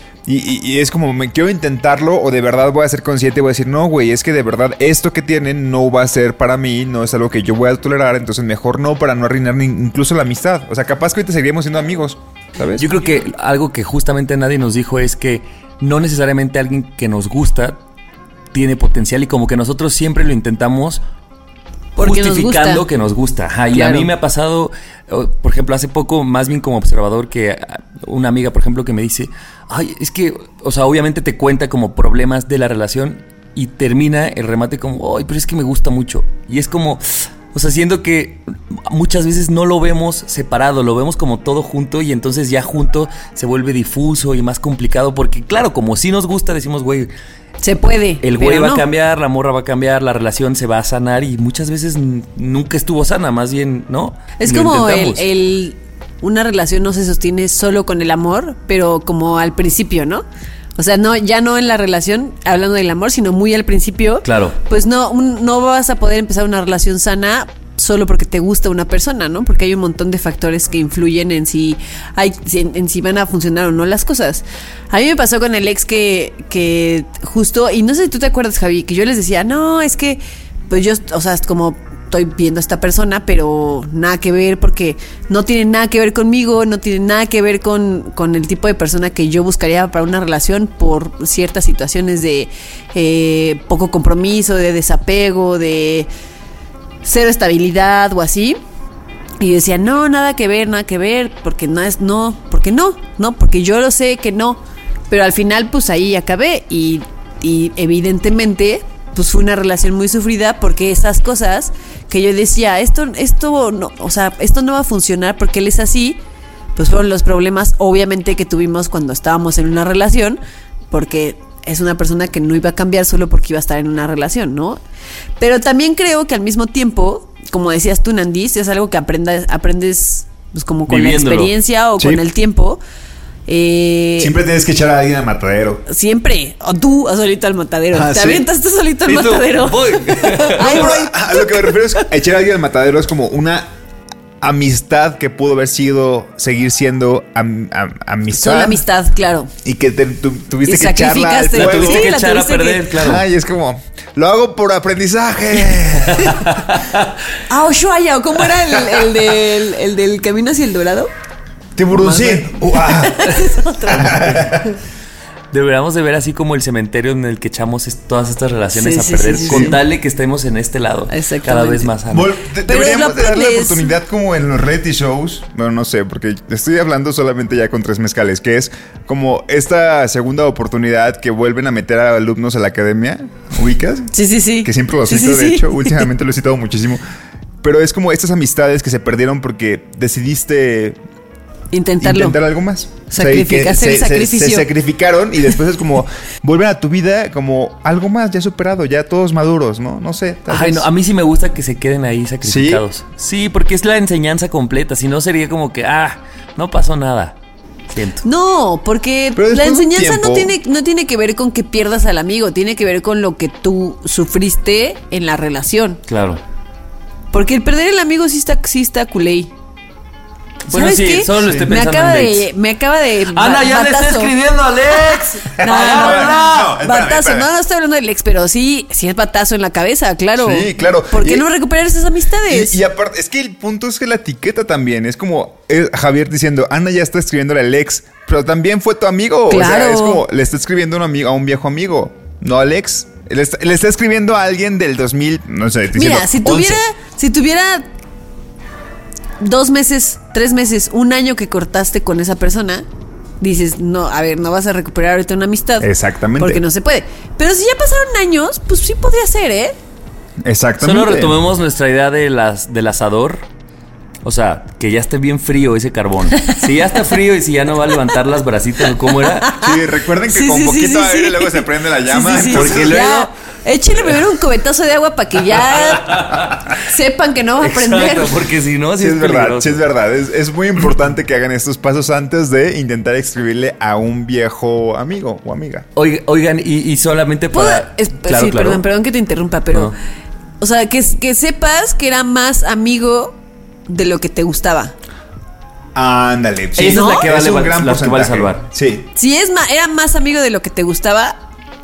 y es como, me quiero intentarlo o de verdad voy a ser consciente y voy a decir, no, güey, es que de verdad esto que tienen no va a ser para mí, no es algo que yo voy a tolerar, entonces mejor no, para no arruinar incluso la amistad. O sea, capaz que ahorita seguiríamos siendo amigos, ¿sabes? Yo creo que algo que justamente nadie nos dijo es que no necesariamente alguien que nos gusta tiene potencial y como que nosotros siempre lo intentamos Porque nos justificando gusta. que nos gusta. Ajá, y Claro. a mí me ha pasado, por ejemplo, hace poco, más bien como observador, que una amiga, por ejemplo, que me dice, ay, es que, o sea, obviamente te cuenta como problemas de la relación y termina el remate como, ay, pero es que me gusta mucho. Y es como, o sea, siento que muchas veces no lo vemos separado, lo vemos como todo junto y entonces ya junto se vuelve difuso y más complicado porque, claro, como sí nos gusta, decimos, güey, Se puede. el güey pero va no. a cambiar, la morra va a cambiar, la relación se va a sanar y muchas veces nunca estuvo sana, más bien, ¿no? Es Lo como intentamos. una relación no se sostiene solo con el amor, pero como al principio, ¿no? O sea, no, ya no en la relación, hablando del amor, sino muy al principio. Claro. Pues no vas a poder empezar una relación sana solo porque te gusta una persona, ¿no? Porque hay un montón de factores que influyen en si en si van a funcionar o no las cosas. A mí me pasó con el ex que justo, y no sé si tú te acuerdas, Javi, que yo les decía, no, es que, pues yo, o sea, es como estoy viendo a esta persona, pero nada que ver porque no tiene nada que ver conmigo, no tiene nada que ver con el tipo de persona que yo buscaría para una relación por ciertas situaciones de poco compromiso, de desapego, de cero estabilidad o así. Y decía, no, nada que ver, porque porque yo lo sé que no. Pero al final, pues ahí acabé y evidentemente pues fue una relación muy sufrida porque esas cosas que yo decía, esto no, o sea, esto no va a funcionar porque él es así, pues fueron los problemas obviamente que tuvimos cuando estábamos en una relación, porque es una persona que no iba a cambiar solo porque iba a estar en una relación, ¿no? Pero también creo que al mismo tiempo, como decías tú, Nandis, es algo que aprendes pues como con Viviéndolo. la experiencia o Sí. con el tiempo. Siempre tienes que echar a alguien al matadero. Siempre. O tú solito al matadero. Ah, Te sí. avientas tú solito al Y tú, matadero. voy. Ay, No, voy. a lo que me refiero es a echar a alguien al matadero es como una amistad que pudo haber sido, seguir siendo amistad. Solo amistad, claro. Y que tuviste Y que echarla al sacrificaste. La fuego. tuviste Sí, que la echar a tuviste perder, que- claro. Ay, es como, lo hago por aprendizaje. Ah, Ushuaia, ¿o cómo era el del camino hacia el Dorado? Tiburoncín. Deberíamos de ver así como el cementerio en el que echamos todas estas relaciones Sí, a sí, perder, sí, sí, con sí. tal de que estemos en este lado, Exactamente. cada vez más sano. Deberíamos de darle la aprendes. oportunidad como en los reality shows. Bueno, no sé, porque estoy hablando solamente ya con 3 mezcales, que es como esta segunda oportunidad que vuelven a meter a alumnos a la academia. ¿Ubicas? Sí, sí, sí. Que siempre lo Sí, cito, sí, de sí. hecho, últimamente lo he citado muchísimo. Pero es como estas amistades que se perdieron porque decidiste Intentarlo. intentar algo más. Sacrificar, hacer el sacrificio. Se sacrificaron y después es como vuelven a tu vida como algo más, ya superado, ya todos maduros, ¿no? No sé. tal Ay, vez. no, a mí sí me gusta que se queden ahí sacrificados. Sí, porque es la enseñanza completa. Si no, sería como que, no pasó nada. Siento. No, porque Pero la después de un enseñanza tiempo- no tiene que ver con que pierdas al amigo, tiene que ver con lo que tú sufriste en la relación. Claro. Porque el perder el amigo sí está culé. Bueno, ¿Sabes sí, qué? solo lo estoy me pensando acaba en de dates. me acaba de Ana, ya le está batazo. escribiendo Alex. No, espérame, batazo, espérame. no estoy hablando del ex, pero sí es batazo en la cabeza, claro. Sí, claro. ¿Por qué Y- no recuperar esas amistades? Y aparte, es que el punto es que la etiqueta también es como Javier diciendo, Ana ya está escribiéndole al ex, pero también fue tu amigo. O sea, Claro. es como le está escribiendo a un viejo amigo, no al ex. Le está escribiendo a alguien del 2000, no sé, diciendo, Mira, si 11. tuviera 2 meses, 3 meses, un año que cortaste con esa persona, dices, no, a ver, no vas a recuperar ahorita una amistad. Exactamente. Porque no se puede. Pero si ya pasaron años, pues sí podría ser, ¿eh? Exactamente. Solo retomemos nuestra idea del asador. O sea, que ya esté bien frío ese carbón. Si ya está frío y si ya no va a levantar las bracitas, ¿cómo era? Sí, recuerden que Sí, con sí, poquito sí, de aire sí. luego se prende la llama. Sí, sí, sí, porque sí, luego- ya. Échenle primero un cubetazo de agua para que ya sepan que no va a prender. Exacto, porque si no, Sí, sí es verdad, peligroso. sí es verdad. Es muy importante que hagan estos pasos antes de intentar escribirle a un viejo amigo o amiga. Oigan, y solamente para... Claro, sí, claro. perdón que te interrumpa, pero... No. O sea, que sepas que era más amigo de lo que te gustaba. Ándale. Esa es la que es vale- un gran la que vale porcentaje. salvar. Sí. Si era más amigo de lo que te gustaba,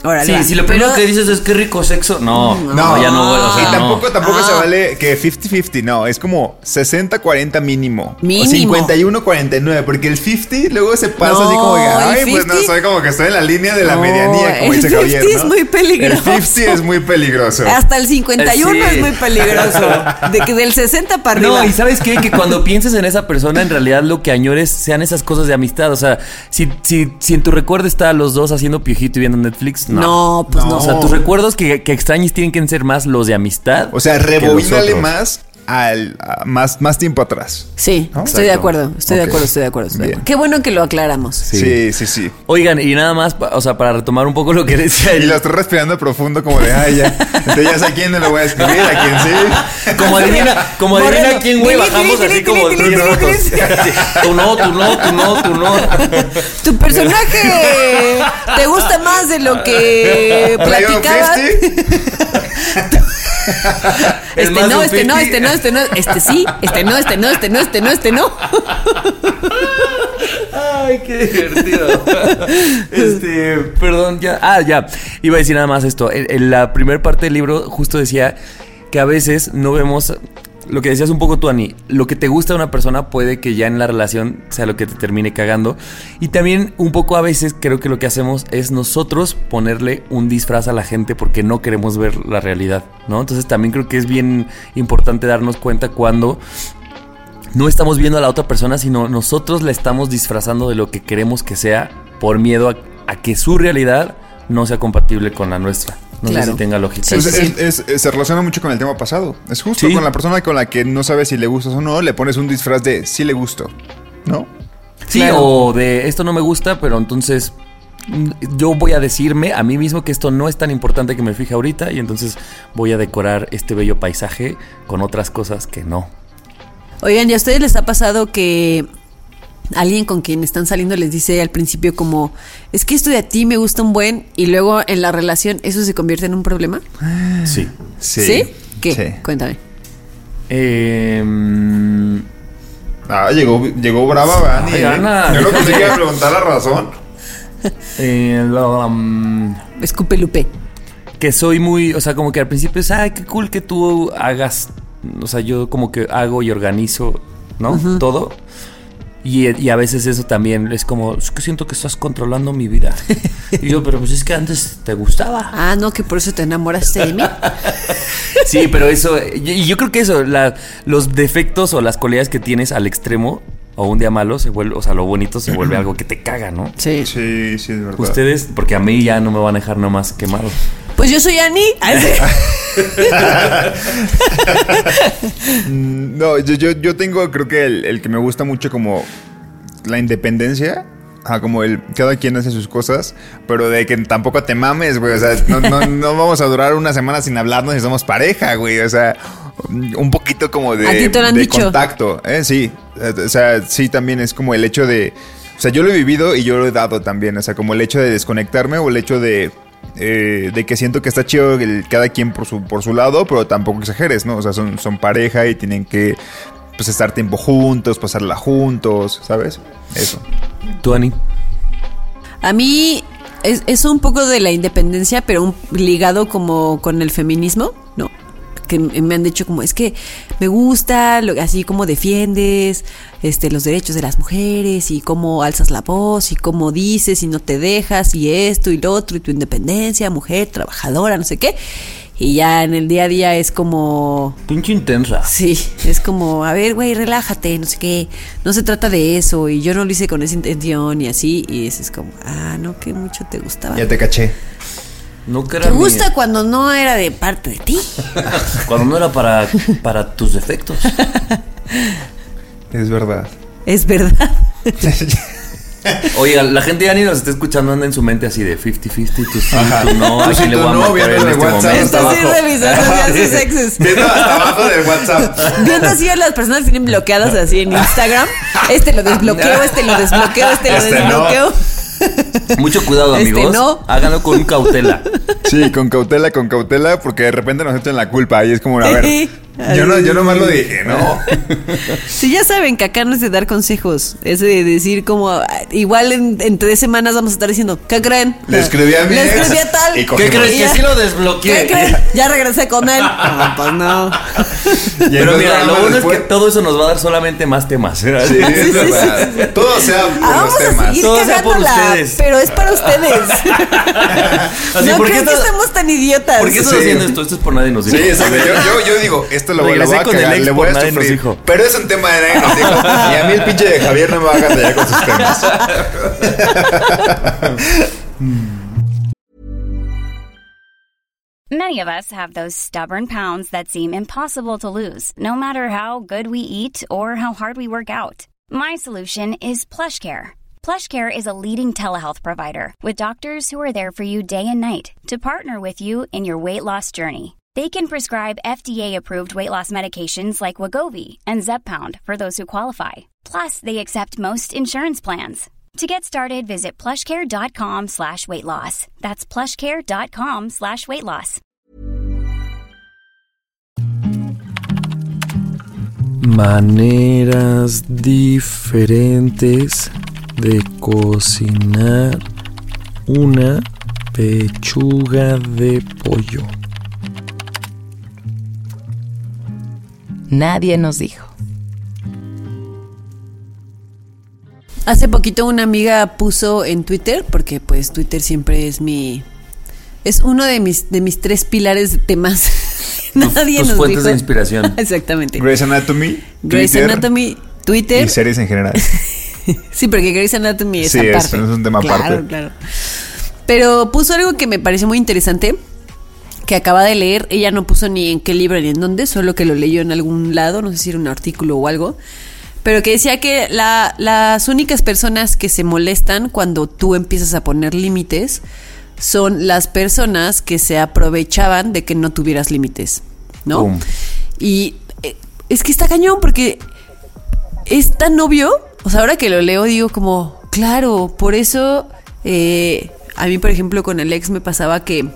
Órale, Sí, va. si lo primero Pero- que dices es que rico sexo, no, No, ya no, o sea, y tampoco Ah. se vale que 50-50, no, es como 60-40 mínimo. Mínimo. O 51-49, porque el 50 luego se pasa No, así como que, el ay, pues no, 50 soy como que estoy en la línea de la No, medianía, como el dice Javier, 50 ¿no? es muy peligroso. El 50 es muy peligroso. Hasta el 51 Sí. es muy peligroso. De que del 60 para arriba. No, y ¿sabes qué? Que cuando pienses en esa persona, en realidad lo que añores sean esas cosas de amistad. O sea, si en tu recuerdo está los dos haciendo piojito y viendo Netflix, no. No, pues no. O sea, tus recuerdos que extrañes tienen que ser más los de amistad. O sea, que los rebobínale otros. más más tiempo atrás. Sí, ¿No? estoy de Exacto. acuerdo, estoy de Ok. acuerdo, estoy de acuerdo. Bien. Qué bueno que lo aclaramos. Sí, sí, sí. Oigan, y nada más, o sea, para retomar un poco lo que decía Y él. lo estoy respirando profundo como de, ay, ya. Entonces ya sé a quién no lo voy a escribir, a quién sí. Como adivina Moreno. quién, güey, Delete, bajamos delete, así como delete, 10 delete, minutos. delete. Tú no. Tu personaje te gusta más de lo que Traigo platicabas. 50. Es más un Este no, este sí, este no. Ay, qué divertido. Perdón, ya. Ya. Iba a decir nada más esto. En la primera parte del libro justo decía que a veces no vemos lo que decías un poco tú, Ani. Lo que te gusta de una persona puede que ya en la relación sea lo que te termine cagando. Y también un poco a veces creo que lo que hacemos es nosotros ponerle un disfraz a la gente porque no queremos ver la realidad, ¿no? Entonces también creo que es bien importante darnos cuenta cuando no estamos viendo a la otra persona, sino nosotros la estamos disfrazando de lo que queremos que sea por miedo a que su realidad no sea compatible con la nuestra. No Claro. sé si tenga lógica. Sí, Pues sí, se relaciona mucho con el tema pasado. Es justo Sí. con la persona con la que no sabes si le gustas o no, le pones un disfraz de sí le gusto, ¿no? Sí, Claro. o de esto no me gusta, pero entonces yo voy a decirme a mí mismo que esto no es tan importante que me fije ahorita y entonces voy a decorar este bello paisaje con otras cosas que no. Oigan, ¿y a ustedes les ha pasado que alguien con quien están saliendo les dice al principio como, es que esto de a ti me gusta un buen, y luego en la relación eso se convierte en un problema? Sí. ¿Sí? ¿Qué? Sí. Cuéntame. Llegó brava, Vani. Ay, Ana. Yo no conseguía preguntar la razón. Escupe Lupe. Que soy muy, o sea, como que al principio es, ay, qué cool que tú hagas, o sea, yo como que hago y organizo, ¿no? Todo. Y a veces eso también es como, es que siento que estás controlando mi vida. Y yo, pero pues es que antes te gustaba. Ah, no, que por eso te enamoraste de mí. Sí, pero eso, y yo creo que eso, los defectos o las cualidades que tienes al extremo, o un día malo, se vuelve, o sea, lo bonito se vuelve algo que te caga, ¿no? Sí. Sí, sí, es verdad. Ustedes, porque a mí ya no me van a dejar nomás quemado. Pues yo soy Ani. Ay, sí. No, yo tengo, creo que el que me gusta mucho como la independencia. Como cada quien hace sus cosas, pero de que tampoco te mames, güey. O sea, no vamos a durar una semana sin hablarnos y somos pareja, güey. O sea, un poquito como ¿A ti te lo han de dicho? contacto. Sí. O sea, sí, también es como el hecho de. O sea, yo lo he vivido y yo lo he dado también. O sea, como el hecho de desconectarme o el hecho de que siento que está chido cada quien por su lado, pero tampoco exageres, ¿no? O sea, son pareja y tienen que pues estar tiempo juntos, pasarla juntos, ¿sabes? Eso. ¿Tú, Ani? A mí es un poco de la independencia, pero ligado como con el feminismo, ¿no? Que me han dicho como, es que me gusta así como defiendes los derechos de las mujeres y cómo alzas la voz y cómo dices y no te dejas y esto y lo otro y tu independencia, mujer, trabajadora, no sé qué. Y ya en el día a día es como... Pinche intensa. Sí, es como, a ver, güey, relájate, no sé qué. No se trata de eso y yo no lo hice con esa intención y así. Y es como, no, que mucho te gustaba. Ya te caché. Nunca ¿Te era gusta cuando no era de parte de ti? cuando no era para tus defectos. Es verdad. Es verdad. Oiga, la gente ya ni nos está escuchando, anda en su mente así de 50-50, tú sí, Ajá. tú no, Tú ¿a sí, quién le tú voy a no, marcar viendo en el este WhatsApp momento? hasta Esto sí abajo. revisando ya sus exes. Viendo hasta abajo del WhatsApp. Viendo así a las personas que tienen bloqueadas así en Instagram. Lo desbloqueo, lo desbloqueo, lo desbloqueo. Mucho cuidado, amigos. No. Háganlo con cautela. Sí, con cautela, porque de repente nos echan la culpa y es como, a ver, Yo nomás lo dije, ¿no? Sí, ya saben que acá no es de dar consejos. Es de decir como, igual en 3 semanas vamos a estar diciendo, ¿qué creen? Le escribí a mi Le ex escribí a tal. y ¿Qué crees? Que sí lo desbloqueé. ¿Qué creen? Ya regresé con él. No, pues no. Pero mira, lo bueno es que todo eso nos va a dar solamente más temas. Sí, es verdad. Todo sea por Vamos los a temas. seguir Todo sea por cagándola, ustedes. pero es para ustedes. Así, No ¿por qué crean que estás- estamos tan idiotas. ¿Por qué estás Sí. haciendo esto? Esto es por nadie nos dijo. Sí, exacto. Yo digo, esto lo voy Regresé a con el cagar, ex le voy por a nadie nos sufrir. dijo. Pero es un tema de nadie nos dijo. Y a mí el pinche de Javier no me va a ganar con sus temas. Many of us have those stubborn pounds that seem impossible to lose, no matter how good we eat or how hard we work out. My solution is PlushCare. PlushCare is a leading telehealth provider with doctors who are there for you day and night to partner with you in your weight loss journey. They can prescribe FDA-approved weight loss medications like Wegovy and Zepbound for those who qualify. Plus, they accept most insurance plans. To get started, visit plushcare.com/weightloss. That's plushcare.com/weightloss. Maneras diferentes de cocinar una pechuga de pollo. Nadie nos dijo. Hace poquito una amiga puso en Twitter, porque pues Twitter siempre es es uno de mis 3 pilares de temas. Nadie Tus nos fuentes dijo. de inspiración. Exactamente. Grey's Anatomy, Grey's Twitter Anatomy, Twitter. y series en general. Sí, porque Grey's Anatomy es Sí, aparte. es un tema aparte. Claro. Pero puso algo que me pareció muy interesante, que acaba de leer. Ella no puso ni en qué libro ni en dónde, solo que lo leyó en algún lado, no sé si era un artículo o algo. Pero que decía que las únicas personas que se molestan cuando tú empiezas a poner límites son las personas que se aprovechaban de que no tuvieras límites, ¿no? Pum. Y es que está cañón porque es tan obvio. O sea, ahora que lo leo digo como, claro, por eso a mí, por ejemplo, con el ex me pasaba que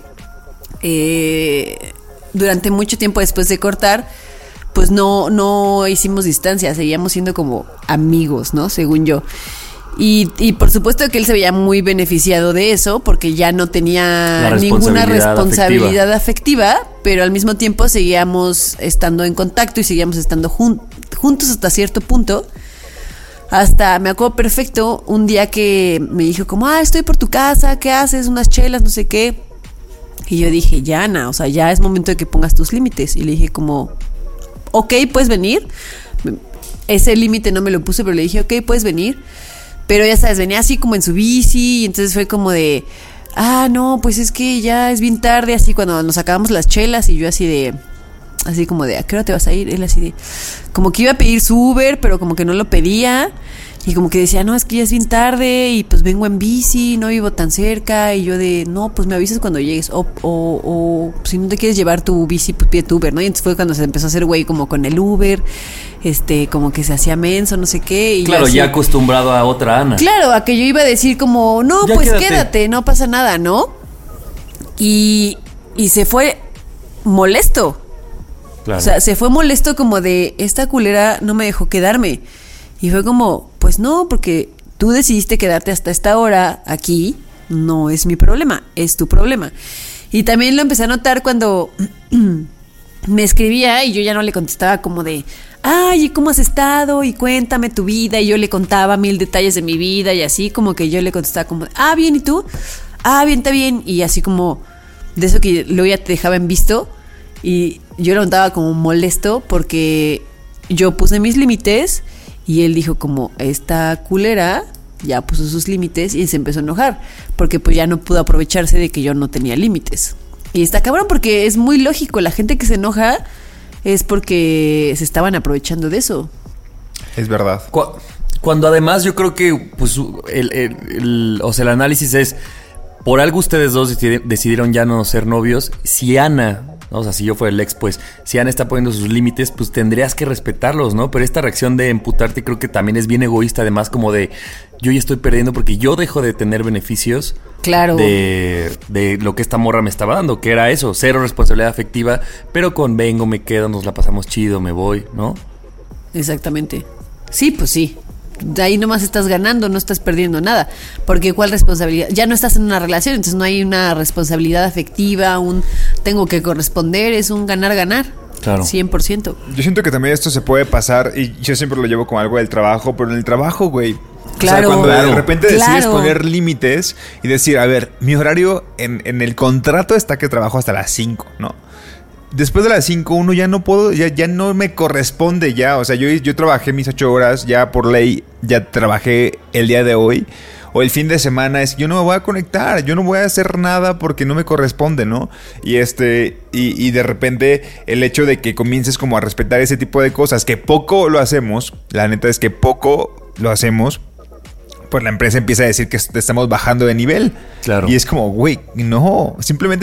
durante mucho tiempo después de cortar, pues no hicimos distancia, seguíamos siendo como amigos, ¿no? Según yo. Y por supuesto que él se veía muy beneficiado de eso porque ya no tenía ninguna responsabilidad afectiva, pero al mismo tiempo seguíamos estando en contacto y seguíamos estando juntos hasta cierto punto. Hasta me acuerdo perfecto un día que me dijo como, estoy por tu casa, ¿qué haces? Unas chelas, no sé qué. Y yo dije, ya, Ana, o sea, ya es momento de que pongas tus límites. Y le dije como, ok, puedes venir. Ese límite no me lo puse, pero le dije, ok, puedes venir. Pero ya sabes, venía así como en su bici y entonces fue como de, no, pues es que ya es bien tarde, así cuando nos acabamos las chelas y yo así como de, ¿a qué hora te vas a ir? Él así de, como que iba a pedir su Uber, pero como que no lo pedía y como que decía, no, es que ya es bien tarde y pues vengo en bici, no vivo tan cerca y yo de, no, pues me avisas cuando llegues o si no te quieres llevar tu bici, pues pide tu Uber, ¿no? Y entonces fue cuando se empezó a hacer güey como con el Uber, como que se hacía menso, no sé qué. Y Claro, así, ya acostumbrado a otra Ana. claro, a que yo iba a decir como, no, Ya pues quédate, no pasa nada, ¿no? Y se fue molesto. Claro. O sea, se fue molesto como de, esta culera no me dejó quedarme. Y fue como, pues no, porque tú decidiste quedarte hasta esta hora aquí, no es mi problema, es tu problema. Y también lo empecé a notar cuando me escribía y yo ya no le contestaba como de, ¿y cómo has estado? Y cuéntame tu vida. Y yo le contaba 1000 detalles de mi vida y así como que yo le contestaba como, bien, ¿y tú? Bien, está bien. Y así como de eso que luego ya te dejaba en visto. Y yo lo notaba como molesto porque yo puse mis límites y él dijo como, esta culera ya puso sus límites y se empezó a enojar porque pues ya no pudo aprovecharse de que yo no tenía límites. Y está cabrón porque es muy lógico, la gente que se enoja es porque se estaban aprovechando de eso. Es verdad. Cuando además yo creo que pues el análisis es, por algo ustedes dos decidieron ya no ser novios. Si Ana, ¿no? O sea, si yo fuera el ex, pues si Ana está poniendo sus límites, pues tendrías que respetarlos, ¿no? Pero esta reacción de emputarte creo que también es bien egoísta, además como de, yo ya estoy perdiendo porque yo dejo de tener beneficios Claro. de lo que esta morra me estaba dando, que era eso, 0 responsabilidad afectiva, pero con vengo, me quedo, nos la pasamos chido, me voy, ¿no? Exactamente. Sí, pues sí. De ahí nomás estás ganando, no estás perdiendo nada. Porque ¿cuál responsabilidad? Ya no estás en una relación, entonces no hay una responsabilidad afectiva, un tengo que corresponder, es un ganar-ganar. Claro. 100%. Yo siento que también esto se puede pasar, y yo siempre lo llevo como algo del trabajo, pero en el trabajo, güey. Claro. O sea, cuando de repente decides Claro. poner límites y decir, a ver, mi horario en el contrato está que trabajo hasta las 5, ¿no? Después de las 5 uno ya no puedo, ya no me corresponde ya. O sea, yo trabajé mis 8 horas, ya por ley, ya trabajé el día de hoy. O el fin de semana yo no me voy a conectar, yo no voy a hacer nada porque no me corresponde, ¿no? Y y de repente el hecho de que comiences como a respetar ese tipo de cosas, que poco lo hacemos, la neta es que poco lo hacemos, pues la empresa empieza a decir que estamos bajando de nivel. Claro. Y es como, güey, no, simplemente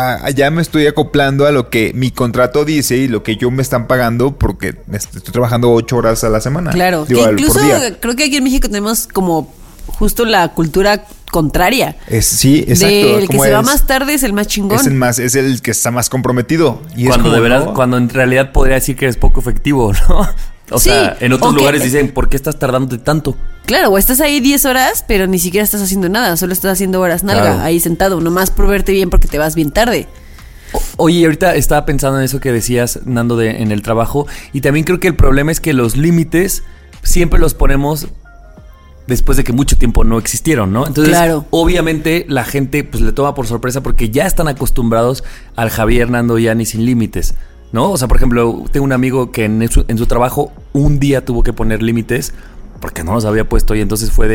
ya me estoy acoplando a lo que mi contrato dice y lo que yo me están pagando porque estoy trabajando 8 horas a la semana. Claro. Digo, Que incluso por día. creo que aquí en México tenemos como justo la cultura contraria. Sí, exacto. El que como se va más tarde es el más chingón. Es el que está más comprometido. Y es Cuando como, de verdad, no. cuando en realidad podría decir que eres poco efectivo, ¿no? O Sí, sea, en otros o que- lugares dicen, ¿por qué estás tardándote tanto? Claro, o estás ahí 10 horas, pero ni siquiera estás haciendo nada, solo estás haciendo horas nalga, Claro. ahí sentado, nomás por verte bien porque te vas bien tarde. Oye, ahorita estaba pensando en eso que decías, Nando, en el trabajo. Y también creo que el problema es que los límites siempre los ponemos después de que mucho tiempo no existieron, ¿no? Entonces, Claro. obviamente, la gente pues le toma por sorpresa porque ya están acostumbrados al Javier, Nando, Yanni sin límites, ¿no? O sea, por ejemplo, tengo un amigo que en su trabajo un día tuvo que poner límites porque no los había puesto y entonces fue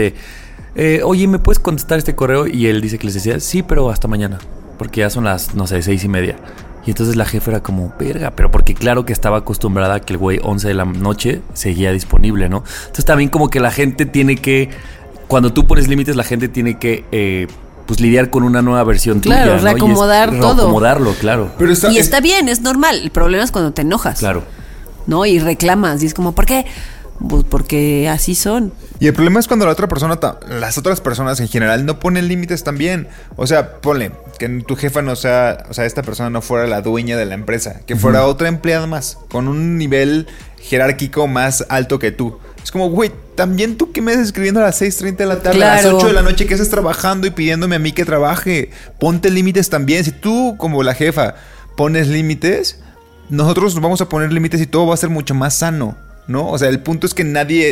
de, oye, ¿me puedes contestar este correo? Y él dice que les decía, sí, pero hasta mañana, porque ya son las, no sé, 6:30. Y entonces la jefa era como, verga, pero porque claro que estaba acostumbrada a que el güey 11 de la noche seguía disponible, ¿no? Entonces también como que la gente tiene que, cuando tú pones límites, la gente tiene que, pues lidiar con una nueva versión Claro, tuya, ¿no? reacomodar todo. Reacomodarlo, claro. Pero Y está bien, es normal, el problema es cuando te enojas, Claro. ¿no? Y reclamas, y es como, ¿por qué? Pues porque así son. Y el problema es cuando la otra persona, las otras personas en general no ponen límites también. O sea, ponle que tu jefa no sea, o sea, esta persona no fuera la dueña de la empresa, que fuera otra empleada más, con un nivel jerárquico más alto que tú. Es como, güey, también tú que me estás escribiendo a las 6:30 de la tarde, a las Claro. 8 de la noche, que estás trabajando y pidiéndome a mí que trabaje. Ponte límites también. Si tú, como la jefa, pones límites, nosotros nos vamos a poner límites y todo va a ser mucho más sano, ¿no? O sea, el punto es que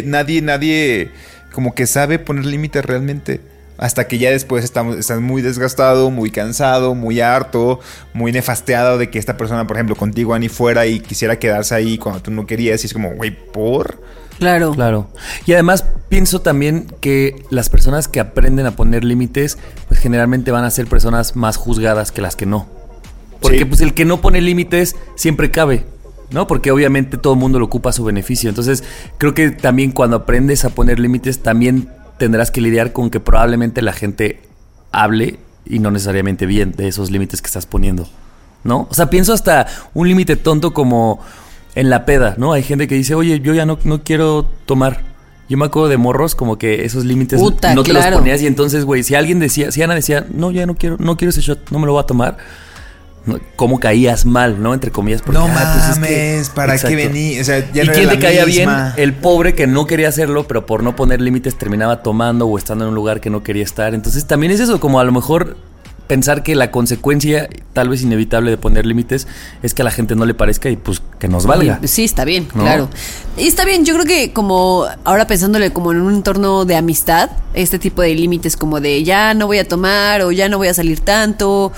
nadie como que sabe poner límites realmente. Hasta que ya después estás muy desgastado, muy cansado, muy harto, muy nefasteado de que esta persona, por ejemplo, contigo, Ani, fuera y quisiera quedarse ahí cuando tú no querías. Y es como, güey, ¿por? Claro. Claro. Y además pienso también que las personas que aprenden a poner límites, pues generalmente van a ser personas más juzgadas que las que no. Porque Sí. pues el que no pone límites siempre cabe, ¿no? Porque obviamente todo el mundo lo ocupa a su beneficio. Entonces creo que también cuando aprendes a poner límites también tendrás que lidiar con que probablemente la gente hable y no necesariamente bien de esos límites que estás poniendo, ¿no? O sea, pienso hasta un límite tonto como en la peda, ¿no? Hay gente que dice, oye, yo ya no quiero tomar. Yo me acuerdo de morros como que esos límites Puta, no te los claro. ponías y entonces, güey, si Ana decía, no, ya no quiero ese shot, no me lo voy a tomar. No, ¿cómo caías mal, no? Entre comillas. Porque, No pues es que- mames, ¿para Exacto. qué vení? O sea, ya ¿Y no quién era te la caía misma. bien? El pobre que no quería hacerlo, pero por no poner límites terminaba tomando o estando en un lugar que no quería estar. Entonces también es eso, como a lo mejor pensar que la consecuencia, tal vez inevitable de poner límites, es que a la gente no le parezca y pues que nos valga. Sí, está bien, ¿No? claro. Y está bien, yo creo que como ahora pensándole como en un entorno de amistad, este tipo de límites como de ya no voy a tomar o ya no voy a salir tanto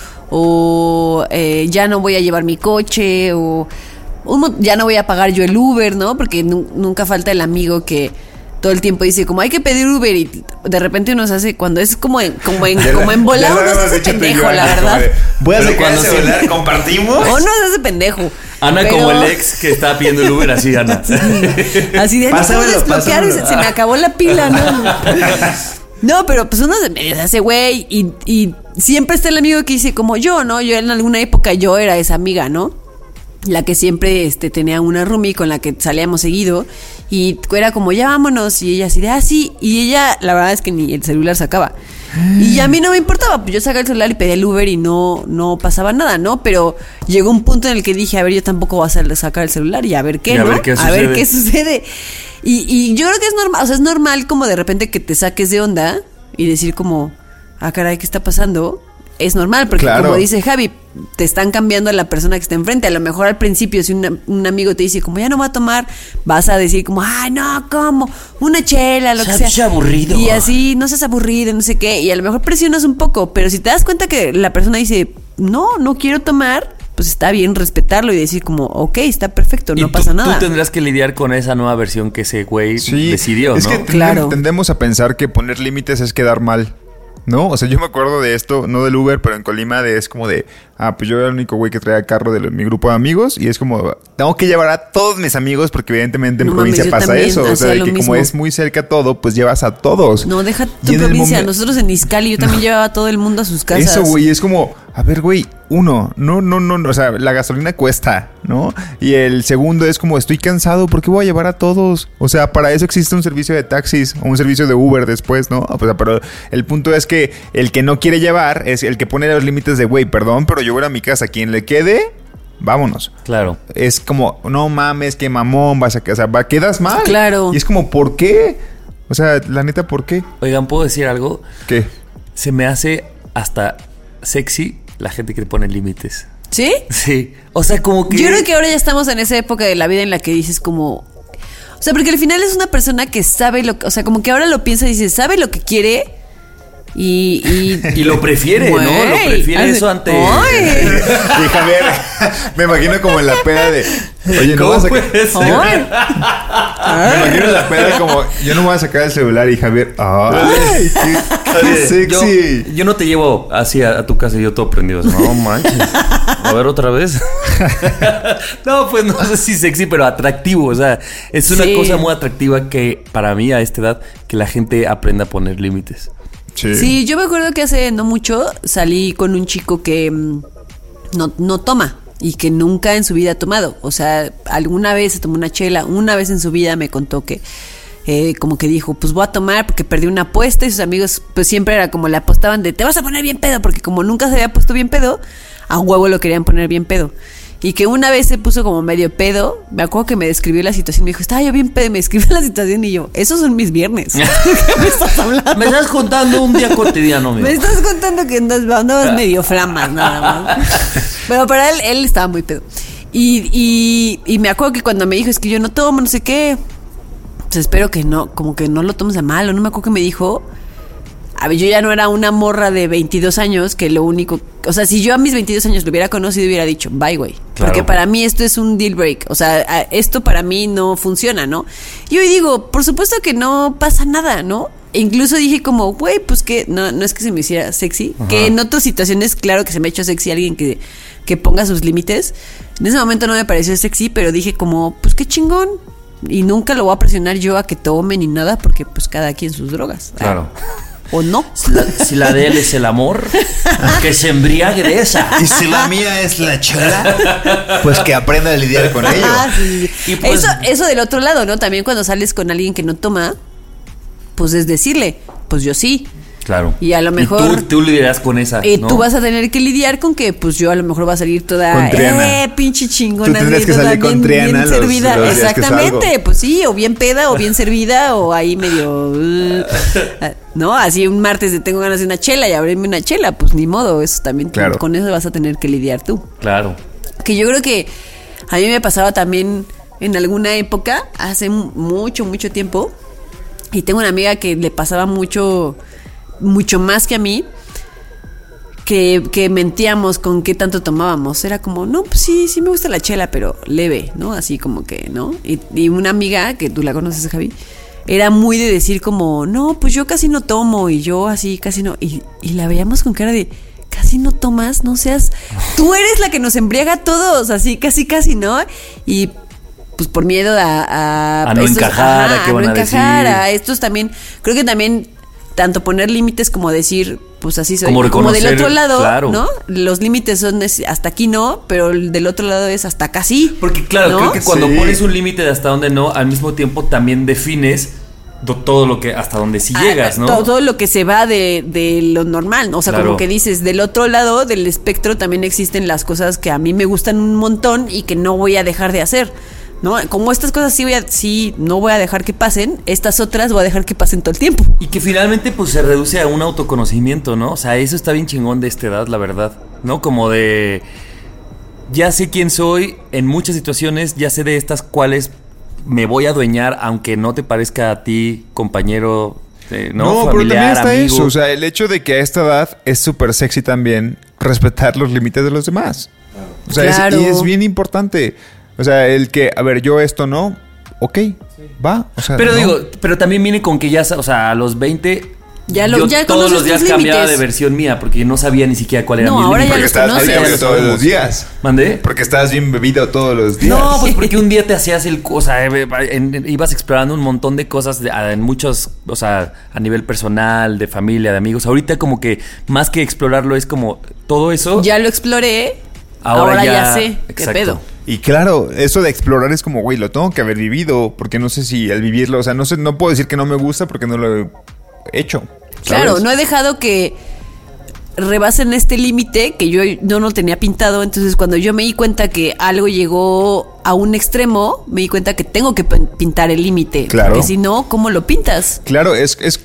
o ya no voy a llevar mi coche o ya no voy a pagar yo el Uber, ¿no? Porque nunca falta el amigo que todo el tiempo dice como hay que pedir Uber y de repente uno se hace cuando es como en volado uno se hace pendejo, la verdad. Voy a Pero sacar cuando el se- celular, compartimos. O no se hace pendejo. Ana Pero- como el ex que estaba pidiendo el Uber, así Ana. Así de no puedo Pásamelo, desbloquear, pásamelo. se me acabó la pila, ¿no? No, pero pues uno se medio se hace güey y siempre está el amigo que dice como yo, ¿no? Yo en alguna época yo era esa amiga, ¿no? la que siempre tenía una roomie con la que salíamos seguido, y era como, ya vámonos, y ella así de, sí, y ella, la verdad es que ni el celular sacaba. Y a mí no me importaba, pues yo sacaba el celular y pedía el Uber y no pasaba nada, ¿no? Pero llegó un punto en el que dije, a ver, yo tampoco voy a sacar el celular y a ver qué, ¿no? A ver qué sucede. Y yo creo que es normal, o sea, es normal como de repente que te saques de onda y decir como, caray, ¿qué está pasando? Es normal, porque como dice Javi, te están cambiando a la persona que está enfrente. A lo mejor al principio, si un amigo te dice como ya no va a tomar, vas a decir como, ay, no, ¿cómo? Una chela, lo que sea. Seas aburrido. Y así, no seas aburrido, no sé qué. Y a lo mejor presionas un poco, pero si te das cuenta que la persona dice, no quiero tomar, pues está bien respetarlo y decir como, ok, está perfecto, no pasa nada. Tú tendrás que lidiar con esa nueva versión que ese güey decidió, es ¿no? Que tendemos a pensar que poner límites es quedar mal, ¿no? O sea, yo me acuerdo de esto, no del Uber, pero en Colima es como de, pues yo era el único güey que traía carro de mi grupo de amigos y es como, tengo que llevar a todos mis amigos porque evidentemente en provincia pasa eso. O sea, de que como es muy cerca todo, pues llevas a todos. No, deja tu provincia. Nosotros en Izcalli, yo también llevaba a todo el mundo a sus casas. Eso, güey, es como, a ver, güey, no, o sea, la gasolina cuesta, ¿no? Y el segundo es como, estoy cansado, ¿por qué voy a llevar a todos? O sea, para eso existe un servicio de taxis o un servicio de Uber después, ¿no? O sea, pero el punto es que el que no quiere llevar es el que pone los límites de, güey, perdón, pero yo voy a mi casa, quien le quede, vámonos. Claro. Es como, no mames, qué mamón, vas a casa, quedas mal. Claro. Y es como, ¿por qué? O sea, la neta, ¿por qué? Oigan, ¿puedo decir algo? ¿Qué? Se me hace hasta sexy la gente que te pone límites. ¿Sí? Sí. O sea, como que... Yo creo que ahora ya estamos en esa época de la vida en la que dices como... O sea, porque al final es una persona que sabe lo que... O sea, como que ahora lo piensa y dice, sabe lo que quiere... Y lo prefiere, güey, ¿no? Lo prefiere eso ante... Y Javier, me imagino como en la peda de... Oye, no vas a sacar... Me imagino en la peda como... Yo no voy a sacar el celular y Javier... ¡Ay! ¡Qué sexy! Yo no te llevo así a tu casa y yo todo prendido. No manches. A ver otra vez. No, pues no sé si sexy, pero atractivo. O sea, es una cosa muy atractiva que para mí a esta edad que la gente aprenda a poner límites. Sí, yo me acuerdo que hace no mucho salí con un chico que no toma y que nunca en su vida ha tomado. O sea, alguna vez se tomó una chela, una vez en su vida me contó que como que dijo, pues voy a tomar porque perdí una apuesta y sus amigos pues siempre era como le apostaban de te vas a poner bien pedo, porque como nunca se había puesto bien pedo, a huevo lo querían poner bien pedo. Y que una vez se puso como medio pedo. Me acuerdo que me describió la situación. Me dijo, estaba yo bien pedo. Me describió la situación y yo, esos son mis viernes. ¿Qué me estás hablando? Me estás contando un día cotidiano, amigo. Me estás contando que andabas medio flamas, nada más. Pero para él estaba muy pedo. Y me acuerdo que cuando me dijo, es que yo no tomo, no sé qué. Pues espero que no, como que no lo tomes a mal. O no me acuerdo que me dijo... A ver, yo ya no era una morra de 22 años que lo único... O sea, si yo a mis 22 años lo hubiera conocido, hubiera dicho, bye, güey. Claro. Porque para mí esto es un deal break. O sea, esto para mí no funciona, ¿no? Y hoy digo, por supuesto que no pasa nada, ¿no? E incluso dije como, güey, pues que... No es que se me hiciera sexy. Ajá. Que en otras situaciones, claro que se me ha hecho sexy alguien que ponga sus límites. En ese momento no me pareció sexy, pero dije como, pues qué chingón. Y nunca lo voy a presionar yo a que tome ni nada, porque pues cada quien sus drogas. Claro. ¿O no? Si la de él es el amor, que se embriague de esa. Y si la mía es la chela, pues que aprenda a lidiar con ello. Sí. Y pues, eso del otro lado, ¿no? También cuando sales con alguien que no toma, pues es decirle, pues yo sí. Claro. Y a lo mejor... Y tú lidiarás con esa, ¿no? Tú vas a tener que lidiar con que, pues yo a lo mejor va a salir toda... pinche chingona. Tú tendrás que salir con Triana bien servida. Los exactamente. Pues sí, o bien peda, o bien servida, o ahí medio... ¿no? Así un martes de tengo ganas de una chela y abrirme una chela. Pues ni modo, eso también. Claro. Con eso vas a tener que lidiar tú. Claro. Que yo creo que a mí me pasaba también en alguna época, hace mucho tiempo, y tengo una amiga que le pasaba mucho más que a mí, que mentíamos con qué tanto tomábamos. Era como, no, pues sí me gusta la chela, pero leve, ¿no? Así como que, ¿no? Y una amiga, que tú la conoces, Javi, era muy de decir como, no, pues yo casi no tomo, y yo así casi no, y la veíamos con cara de, casi no tomas, no seas, tú eres la que nos embriaga a todos, así casi, ¿no? Y pues por miedo a no encajar, a qué van a decir. A estos también, creo que también tanto poner límites como decir, pues así soy. Como Como del reconocer, otro lado, claro. ¿no? Los límites son hasta aquí no, pero el del otro lado es hasta acá sí. Porque claro, ¿no? creo que cuando Sí. pones un límite de hasta dónde no, al mismo tiempo también defines todo lo que hasta donde sí llegas, ¿no? Todo lo que se va de lo normal, ¿no? O sea, Claro. como que dices, del otro lado del espectro también existen las cosas que a mí me gustan un montón y que no voy a dejar de hacer, ¿no? Como estas cosas sí no voy a dejar que pasen, estas otras voy a dejar que pasen todo el tiempo. Y que finalmente pues se reduce a un autoconocimiento, ¿no? O sea, eso está bien chingón de esta edad, la verdad, ¿no? Como de... Ya sé quién soy en muchas situaciones, ya sé de estas cuales me voy a adueñar, aunque no te parezca a ti, compañero, ¿no? pero también Familiar, está amigo. eso. O sea, el hecho de que a esta edad es súper sexy también respetar los límites de los demás. O sea, Claro. y es bien importante. O sea, el que, a ver, yo esto no, ok, va. O sea, Pero no. digo, pero también viene con que ya, o sea, a los 20... Ya yo todos conoces los días tus cambiaba límites. de versión mía porque no sabía ni siquiera cuál era No, mi ahora límite. ya Porque los estás conoces. bien Ya bebido lo todos sabemos. los días. ¿Mandé? Porque estás bien bebido todos los días. No, pues porque un día te hacías o sea, ibas explorando un montón de cosas en muchos, o sea, a nivel personal, de familia, de amigos. Ahorita como que más que explorarlo es como todo eso. Ya lo exploré, Ahora ahora ya- ya sé qué exacto. pedo. Y claro, eso de explorar es como, güey, lo tengo que haber vivido. Porque no sé si al vivirlo, o sea, no sé, no puedo decir que no me gusta porque no lo he hecho. Claro, ¿sabes? no he dejado que rebasen este límite que yo no tenía pintado. Entonces, cuando yo me di cuenta que algo llegó a un extremo, me di cuenta que tengo que pintar el límite. Claro. Porque si no, ¿cómo lo pintas? Claro,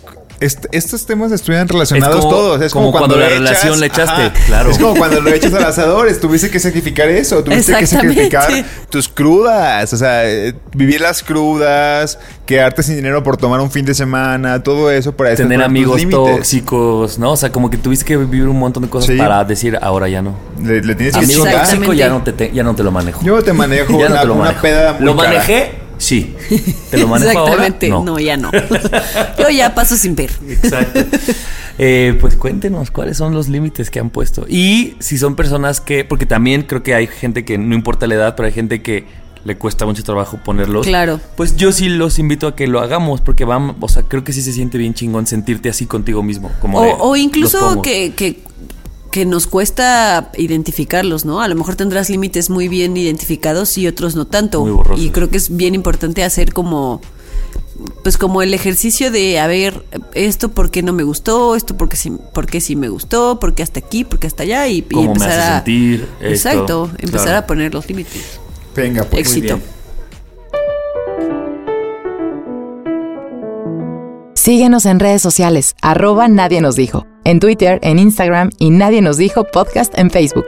estos temas estuvieran relacionados Es como- todos. Es como cuando la relación le echaste, claro. Es como cuando lo echas al asador. Tuviste que sacrificar eso. Tuviste que Exactamente. sacrificar tus crudas. O sea, vivir las crudas, quedarte sin dinero por tomar un fin de semana, todo eso para Tener poner tus amigos límites. tóxicos, ¿no? O sea, como que tuviste que vivir un montón de cosas Sí. para decir, ahora ya no. Le tienes que Amigo chingar. tóxico ya no te lo manejo. Yo te manejo Ya no una, te lo una manejo. peda muy ¿Lo cara. manejé? Sí. ¿Te lo manejo Exactamente. ahora? No, ya no. Yo ya paso sin ver. Exacto. Pues cuéntenos cuáles son los límites que han puesto. Y si son personas que... Porque también creo que hay gente que no importa la edad, pero hay gente que le cuesta mucho trabajo ponerlos. Claro. Pues yo sí los invito a que lo hagamos porque o sea, creo que sí se siente bien chingón sentirte así contigo mismo. Como de, O los incluso pongo. que nos cuesta identificarlos, ¿no? A lo mejor tendrás límites muy bien identificados y otros no tanto. Muy borrosos. Y creo que es bien importante hacer como el ejercicio de, a ver, esto por qué no me gustó, esto porque sí me gustó, porque hasta aquí, porque hasta allá y Cómo me empezar hace a sentir esto. Exacto, empezar Claro. a poner los límites. Venga, pues. Éxito. bien. Síguenos en redes sociales, @Nadie Nos Dijo, en Twitter, en Instagram y Nadie Nos Dijo Podcast en Facebook.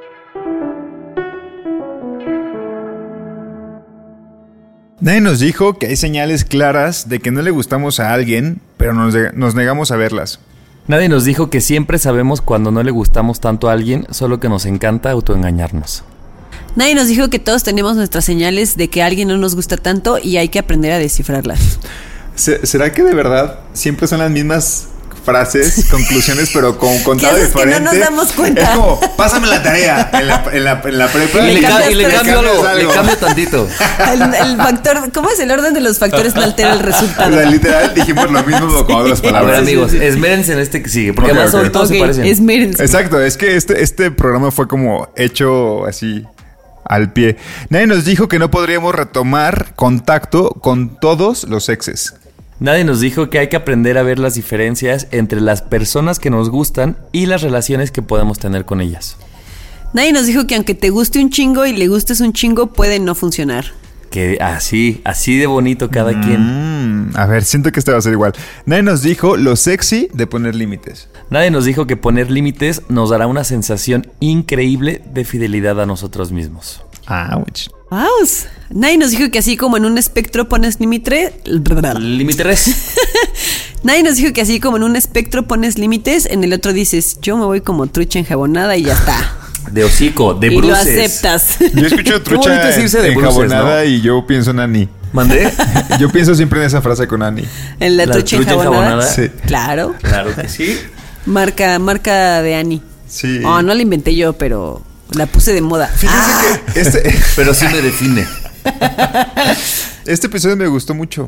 Nadie nos dijo que hay señales claras de que no le gustamos a alguien, pero nos negamos a verlas. Nadie nos dijo que siempre sabemos cuando no le gustamos tanto a alguien, solo que nos encanta autoengañarnos. Nadie nos dijo que todos tenemos nuestras señales de que alguien no nos gusta tanto y hay que aprender a descifrarlas. ¿Será que de verdad siempre son las mismas frases, conclusiones, pero con contado ¿Qué haces que diferente? no nos damos cuenta? Es como, pásame la tarea en la prepa. Y le cambio algo, cambias le cambio tantito. El factor, ¿cómo es el orden de los factores? No altera el O resultado. sea, literal dijimos lo mismo pero con otras A ver, palabras. amigos, esmérense en este que sigue, porque Ok, además ok. hoy todos se Ok, parecen. esmérense. Exacto, es que este programa fue como hecho así al pie. Nadie nos dijo que no podríamos retomar contacto con todos los exes. Nadie nos dijo que hay que aprender a ver las diferencias entre las personas que nos gustan y las relaciones que podemos tener con ellas. Nadie nos dijo que aunque te guste un chingo y le gustes un chingo, puede no funcionar. Que así de bonito cada quien. A ver, siento que este va a ser igual. Nadie nos dijo lo sexy de poner límites. Nadie nos dijo que poner límites nos dará una sensación increíble de fidelidad a nosotros mismos. Ouch. ¡Vaus! Nadie nos dijo que así como en un espectro pones límite. Límite 3. Nadie nos dijo que así como en un espectro pones límites, en el otro dices, yo me voy como trucha enjabonada y ya está. De hocico, de y lo bruces. aceptas. Yo escucho Qué bonito trucha es irse de bruces, enjabonada ¿no? y yo pienso en Annie. ¿Mandé? Yo pienso siempre en esa frase con Annie. En la ¿La trucha trucha enjabonada. enjabonada? Sí. Claro. Claro que sí. Marca de Annie. Sí. Oh, no la inventé yo, pero la puse de moda. Fíjense que Pero sí me define. este episodio me gustó mucho.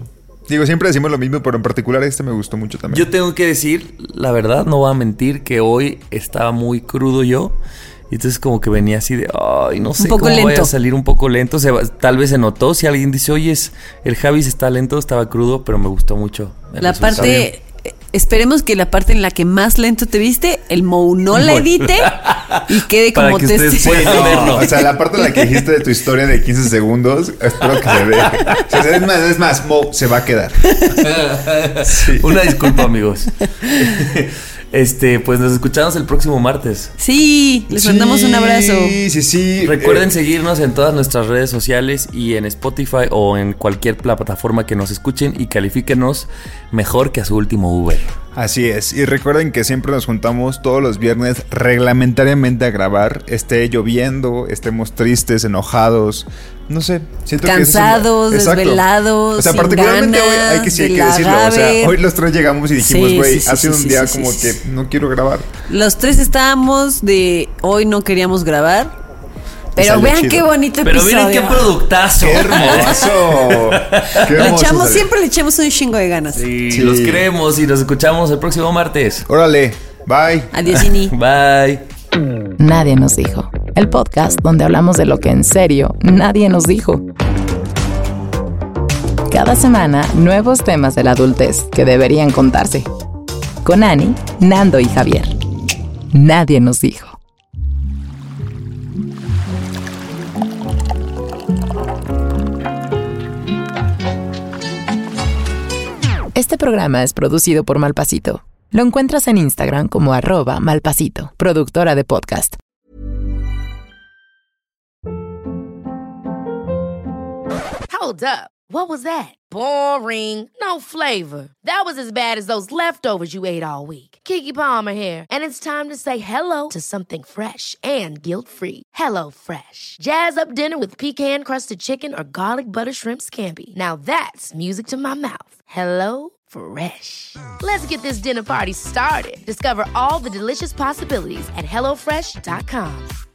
Digo, siempre decimos lo mismo, pero en particular este me gustó mucho también. Yo tengo que decir, la verdad, no voy a mentir, que hoy estaba muy crudo yo. Y entonces como que venía así de, ay, no sé cómo vaya a salir, un poco lento. Tal vez se notó. Si alguien dice, oye, el Javis está lento, estaba crudo, pero me gustó mucho. La parte... Esperemos que la parte en la que más lento te viste, el Mou no la edite y quede como te no, o sea, la parte en la que dijiste de tu historia de 15 segundos, espero que se vea. O sea, es más, Mou se va a quedar. Sí. Una disculpa, amigos. Pues nos escuchamos el próximo martes. Sí, les mandamos un abrazo. Sí. Recuerden seguirnos en todas nuestras redes sociales y en Spotify o en cualquier plataforma que nos escuchen y califíquenos mejor que a su último Uber. Así es, y recuerden que siempre nos juntamos todos los viernes reglamentariamente a grabar, esté lloviendo, estemos tristes, enojados, no sé, siento cansados, que desvelados, o sea, sin particularmente ganas, hoy hay que decirlo, o sea, hoy los tres llegamos y dijimos, güey, ha sido un día como que no quiero grabar. Los tres estábamos de hoy no queríamos grabar. Pero vean chido. Qué bonito episodio. Pero miren qué productazo. Qué hermoso. Qué hermoso siempre le echamos un chingo de ganas. Sí, los queremos y nos escuchamos el próximo martes. Órale, bye. Adiós, Ini. Bye. Nadie nos dijo. El podcast donde hablamos de lo que en serio nadie nos dijo. Cada semana, nuevos temas de la adultez que deberían contarse. Con Ani, Nando y Javier. Nadie nos dijo. Este programa es producido por Malpasito. Lo encuentras en Instagram como @malpasito, productora de podcast. Hold up. What was that? Boring. No flavor. That was as bad as those leftovers you ate all week. Keke Palmer here, and it's time to say hello to something fresh and guilt-free. Hello Fresh. Jazz up dinner with pecan-crusted chicken or garlic butter shrimp scampi. Now that's music to my mouth. Hello Fresh. Let's get this dinner party started. Discover all the delicious possibilities at HelloFresh.com.